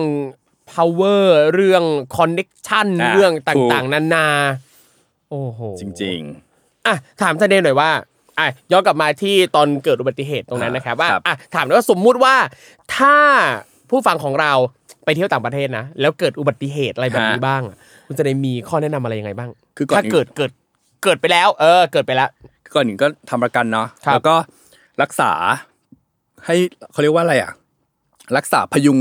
power เรื่อง connection เรื่องต่างๆนานาโอ้โหจริงๆถามท่านเดนหน่อยว่าย้อนกลับมาที่ตอนเกิดอุบัติเหตุตรงนั้นนะครับว่าถามว่าสมมุติว่าถ้าผู้ฟังของเราไปเที่ยวต่างประเทศนะแล้วเกิดอุบัติเหตุอะไรแบบนี้บ้างคุณจะได้มีข้อแนะนำอะไรยังไงบ้างคือถ้าเกิดไปแล้วเกิดไปแล้วก่อนหนึ่งก็ทำประกันเนาะแล้วก็รักษาให้เขาเรียกว่าอะไรรักษาพยุง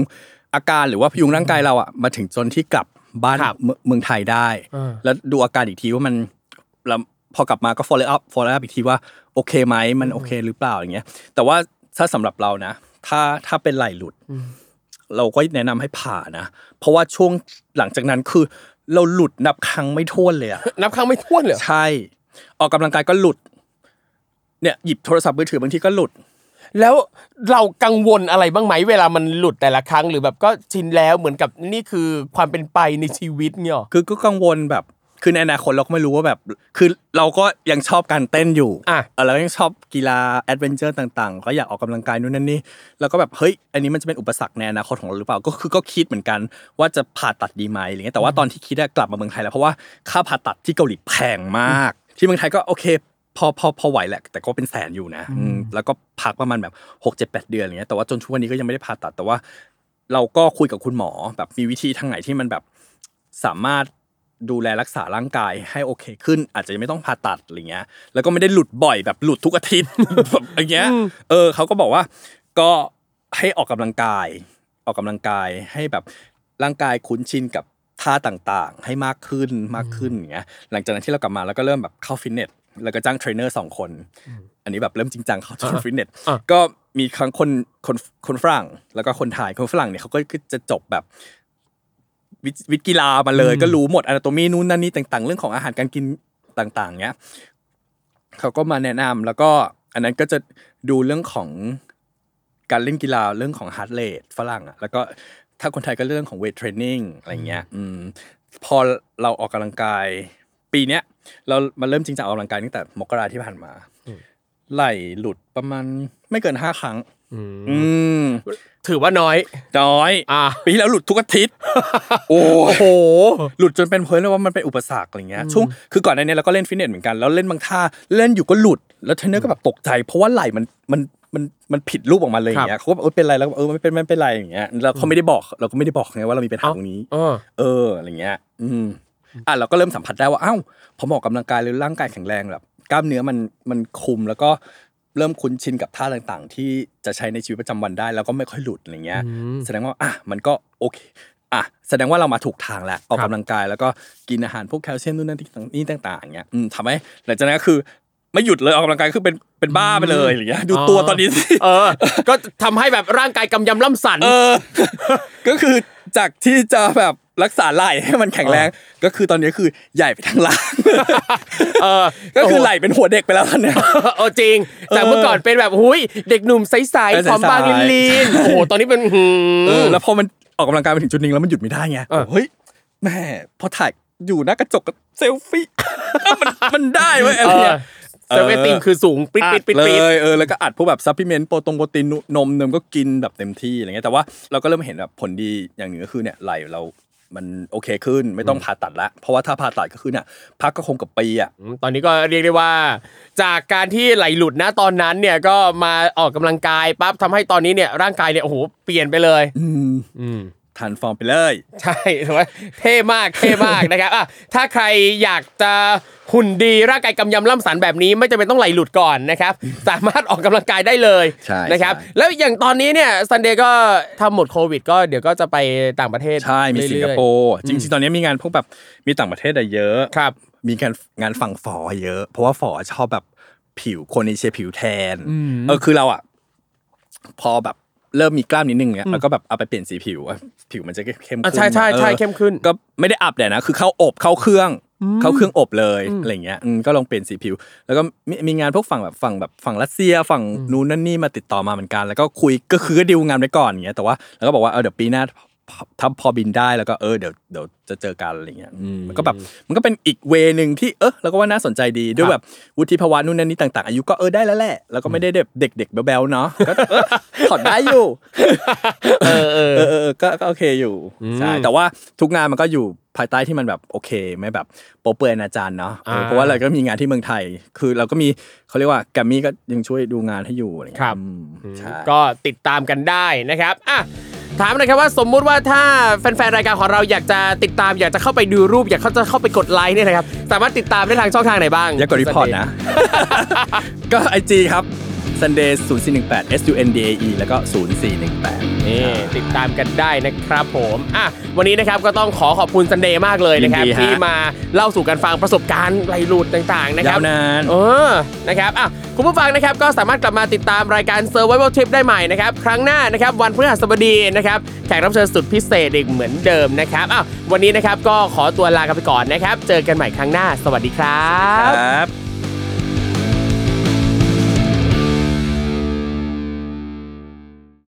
อาการหรือว่าพยุงร่างกายเราอ่ะมาถึงจนที่กลับบ้านเมืองไทยได้แล้วดูอาการอีกทีว่ามันแล้วพอกลับมาก็ follow up อีกทีว่าโอเคไหมมันโอเคหรือเปล่าอย่างเงี้ยแต่ว่าถ้าสำหรับเรานะถ้าเป็นไหล่หลุดเราก็แนะนำให้ผ่านะเพราะว่าช่วงหลังจากนั้นคือเราหลุดนับครั้งไม่ถ้วนเลยอะนับครั้งไม่ถ้วนเลยใช่ออกกำลังกายก็หลุดเนี่ยหยิบโทรศัพท์มือถือบางทีก็หลุดแล้วเรากังวลอะไรบ้างไหมเวลามันหลุดแต่ละครั้งหรือแบบก็ชินแล้วเหมือนกับนี่คือความเป็นไปในชีวิตเนี่ยคือก็กังวลแบบคือในอนาคตเราก็ไม่รู้ว่าแบบคือเราก็ยังชอบการเต้นอยู่แล้วก็ยังชอบกีฬาแอดเวนเจอร์ต่างๆก็อยากออกกำลังกายนู่นนั่นนี่แล้วก็แบบเฮ้ยอันนี้มันจะเป็นอุปสรรคในอนาคตของเราหรือเปล่าก็คิดเหมือนกันว่าจะผ่าตัดดีไหมอะไรเงี้ยแต่ว่าตอนที่คิดกลับมาเมืองไทยแล้วเพราะว่าค่าผ่าตัดที่เกาหลีแพงมากที่เมืองไทยก็โอเคพอไหวแหละแต่ก็เป็นแสนอยู่นะแล้วก็พักประมาณแบบ 6-7-8 เดือนอะไรเงี้ยแต่ว่าจนทุกวันนี้ก็ยังไม่ได้ผ่าตัดแต่ว่าเราก็คุยกับคุณหมอแบบมีวิธีทางไหนที่มันแบบสามารถดูแลรักษาร่างกายให้โอเคขึ้นอาจจะไม่ต้องผ่าตัดอะไรเงี้ยแล้วก็ไม่ได้หลุดบ่อยแบบหลุดทุกอาทิตย์อย่างเงี้ยเขาก็บอกว่าก็ให้ออกกำลังกายให้แบบร่างกายคุ้นชินกับท่าต่างๆให้มากขึ้นอย่างเงี้ยหลังจากนั้นที่เรากลับมาแล้วก็เริ่มแบบเข้าฟิตเนสแล้วก็จ้างเทรนเนอร์2คนอันนี้แบบเริ่มจริงจังเข้าฟิตเนสก็มีครั้งคนฝรั่งแล้วก็คนไทยคนฝรั่งเนี่ยเขาก็จะจบแบบวิทย์กีฬามาเลยก็รู้หมดอนาโตมีนู่นนั่นนี่ต่างๆเรื่องของอาหารการกินต่างๆเงี้ยเขาก็มาแนะนำแล้วก็อันนั้นก็จะดูเรื่องของการเล่นกีฬาเรื่องของฮาร์ทเรทฝรั่งอ่ะแล้วก็ถ้าคนไทยก็เรื่องของเวทเทรนนิ่งอะไรเงี้ยพอเราออกกำลังกายปีเนี้ยเรามาเริ่มจริงจังออกกำลังกายตั้งแต่มกราที่ผ่านมาไหล่หลุดประมาณไม่เกิน5ครั้งถือว่าน้อยปีแล้วหลุดทุกอาทิตย์โอ้โหหลุดจนเป็นเพ้อเลยว่ามันเป็นอุปสรรคอะไรเงี้ยช่วงคือก่อนหน้านี้เราก็เล่นฟิตเนสเหมือนกันแล้วเล่นบางท่าเล่นอยู่ก็หลุดแล้วเทรนเนอร์ก็แบบตกใจเพราะว่าไหล่มันผิดรูปออกมาเลยอย่างเงี้ยเขาก็เป็นไรแล้วไม่เป็นไรอย่างเงี้ยแล้วเขาไม่ได้บอกเราก็ไม่ได้บอกไงว่าเรามีปัญหาตรงนี้อะไรเงี้ยเราก็เริ่มสัมผัสได้ว่าพอออกกำลังกายหรือร่างกายแข็งแรงแบบกล้ามเนื้อมันคุมแล้วก็เริ่มคุ้นชินกับท่าต่างๆที่จะใช้ในชีวิตประจำวันได้แล้วก็ไม่ค่อยหลุดอะไรเงี้ยแสดงว่ามันก็โอเคแสดงว่าเรามาถูกทางแล้วออกกำลังกายแล้วก็กินอาหารพวกแคลเซียมนู่นนั่นนี่ต่างๆอย่างเงี้ยทำให้หลังจากนั้นก็คือไม่หยุดเลยออกกำลังกายคือเป็นบ้าไปเลยอย่างเงี้ยดูตัวตอนนี้ก็ทำให้แบบร่างกายกำยำล่ำสันก็คือจากที่จะแบบรักษาไหล่ให้มันแข็งแรงก็คือตอนนี้คือใหญ่ไปทั้งล่างก็คือไหล่เป็นหัวเด็กไปแล้วตอนนี้จริงจากเมื่อก่อนเป็นแบบหุยเด็กหนุ่มใสๆผอมบางลีนโอ้โหตอนนี้เป็นแล้วพอมันออกกำลังกายไปถึงจุดนึงแล้วมันหยุดไม่ได้ไงเฮ้ยแม่พอถ่ายอยู่หน้ากระจกเซลฟี่มันได้เว้ยอะไรเงี้ยเซเวติงคือสูงปิ๊ดเลยแล้วก็อัดพวกแบบซัพพลิเมนต์โปรตีนนมก็กินแบบเต็มที่อะไรเงี้ยแต่ว่าเราก็เริ่มเห็นแบบผลดีอย่างหนึ่งก็คือเนี่ยไหล่เรามันโอเคขึ้นไม่ต้องผ่าตัดแล้วเพราะว่าถ้าผ่าตัดก็คือเนี่ยพักก็คงกับปีอ่ะตอนนี้ก็เรียกได้ว่าจากการที่ไหลหลุดนะตอนนั้นเนี่ยก็มาออกกำลังกายปั๊บทำให้ตอนนี้เนี่ยร่างกายเนี่ยโอ้โหเปลี่ยนไปเลยทันฟอร์มไปเลยใช่ถือว่าเท่มากนะครับถ้าใครอยากจะหุ่นดีร่างกายกำยำล่ำสันแบบนี้ไม่จำเป็นต้องไหลหลุดก่อนนะครับสามารถออกกำลังกายได้เลยนะครับแล้วอย่างตอนนี้เนี่ยซันเดย์ก็ทำหมดโควิดก็เดี๋ยวก็จะไปต่างประเทศใช่มีสิงคโปร์จริงๆตอนนี้มีงานพวกแบบมีต่างประเทศเยอะครับมีงานฝั่งฝอเยอะเพราะว่าฝอชอบแบบผิวคนเอเชียผิวแทนคือเราพอแบบเริ่มมีกล้ามนิดนึงเนี่ยแล้วก็แบบเอาไปเปลี่ยนสีผิวมันจะเข้มขึ้นใช่เข้มขึ้นก็ไม่ได้อาบแดดนะคือเข้าเครื่องอบเลยอะไรเงี้ยก็ลองเปลี่ยนสีผิวแล้วก็มีงานพวกฝั่งรัสเซียฝั่งนู้นนั่นนี่มาติดต่อมาเหมือนกันแล้วก็คุยก็คือดีลงานไว้ก่อนอย่างเงี้ยแต่ว่าแล้วก็บอกว่าเดี๋ยวปีหน้าถ้าพอบินได้แล้วก็เดี๋ยวจะเจอกันอะไรเงี้ยมันก็แบบมันก็เป็นอีกเวนึงที่แล้วก็ว่าน่าสนใจดีด้วยแบบวุฒิภาวะนู่นนั่นนี่ต่างๆอายุก็ได้แล้วแหละแล้วก็ไม่ได้เด็กๆแบ๊วๆเนาะก็ถอดได้อยู่ก็โอเคอยู่ใช่แต่ว่าทุกงานมันก็อยู่ภายใต้ที่มันแบบโอเคไม่แบบโป๊ะเปื่อยอาจารย์เนาะเพราะว่าเราก็มีงานที่เมืองไทยคือเราก็มีเขาเรียกว่าแกรมมี่ก็ยังช่วยดูงานให้อยู่อะไรเงี้ยก็ติดตามกันได้นะครับถามหน่อยครับว่าสมมุติว่าถ้าแฟนๆรายการของเราอยากจะติดตามอยากจะเข้าไปดูรูปอยากจะเข้าไปกดไลค์เนี่ยนะครับสามารถติดตามได้ทางช่องทางไหนบ้างอยากกดรีพอร์ตนะก็ IG ครับ Sunday 0418 SUNDAE แล้วก็0418 นี่ติดตามกันได้นะครับผมวันนี้นะครับก็ต้องขอบคุณ Sunday มากเลยนะครับที่มาเล่าสู่กันฟังประสบการณ์ไหลหลุดต่างๆนะครับยาวนานนะครับคุณผู้ฟังนะครับก็สามารถกลับมาติดตามรายการ Survival Trip ได้ใหม่นะครับครั้งหน้านะครับวันพฤหัสบดีนะครับแขกรับเชิญสุดพิเศษอีกเหมือนเดิมนะครับวันนี้นะครับก็ขอตัวลากันไปก่อนนะครับเจอกันใหม่ครั้งหน้าสวัสดีครับ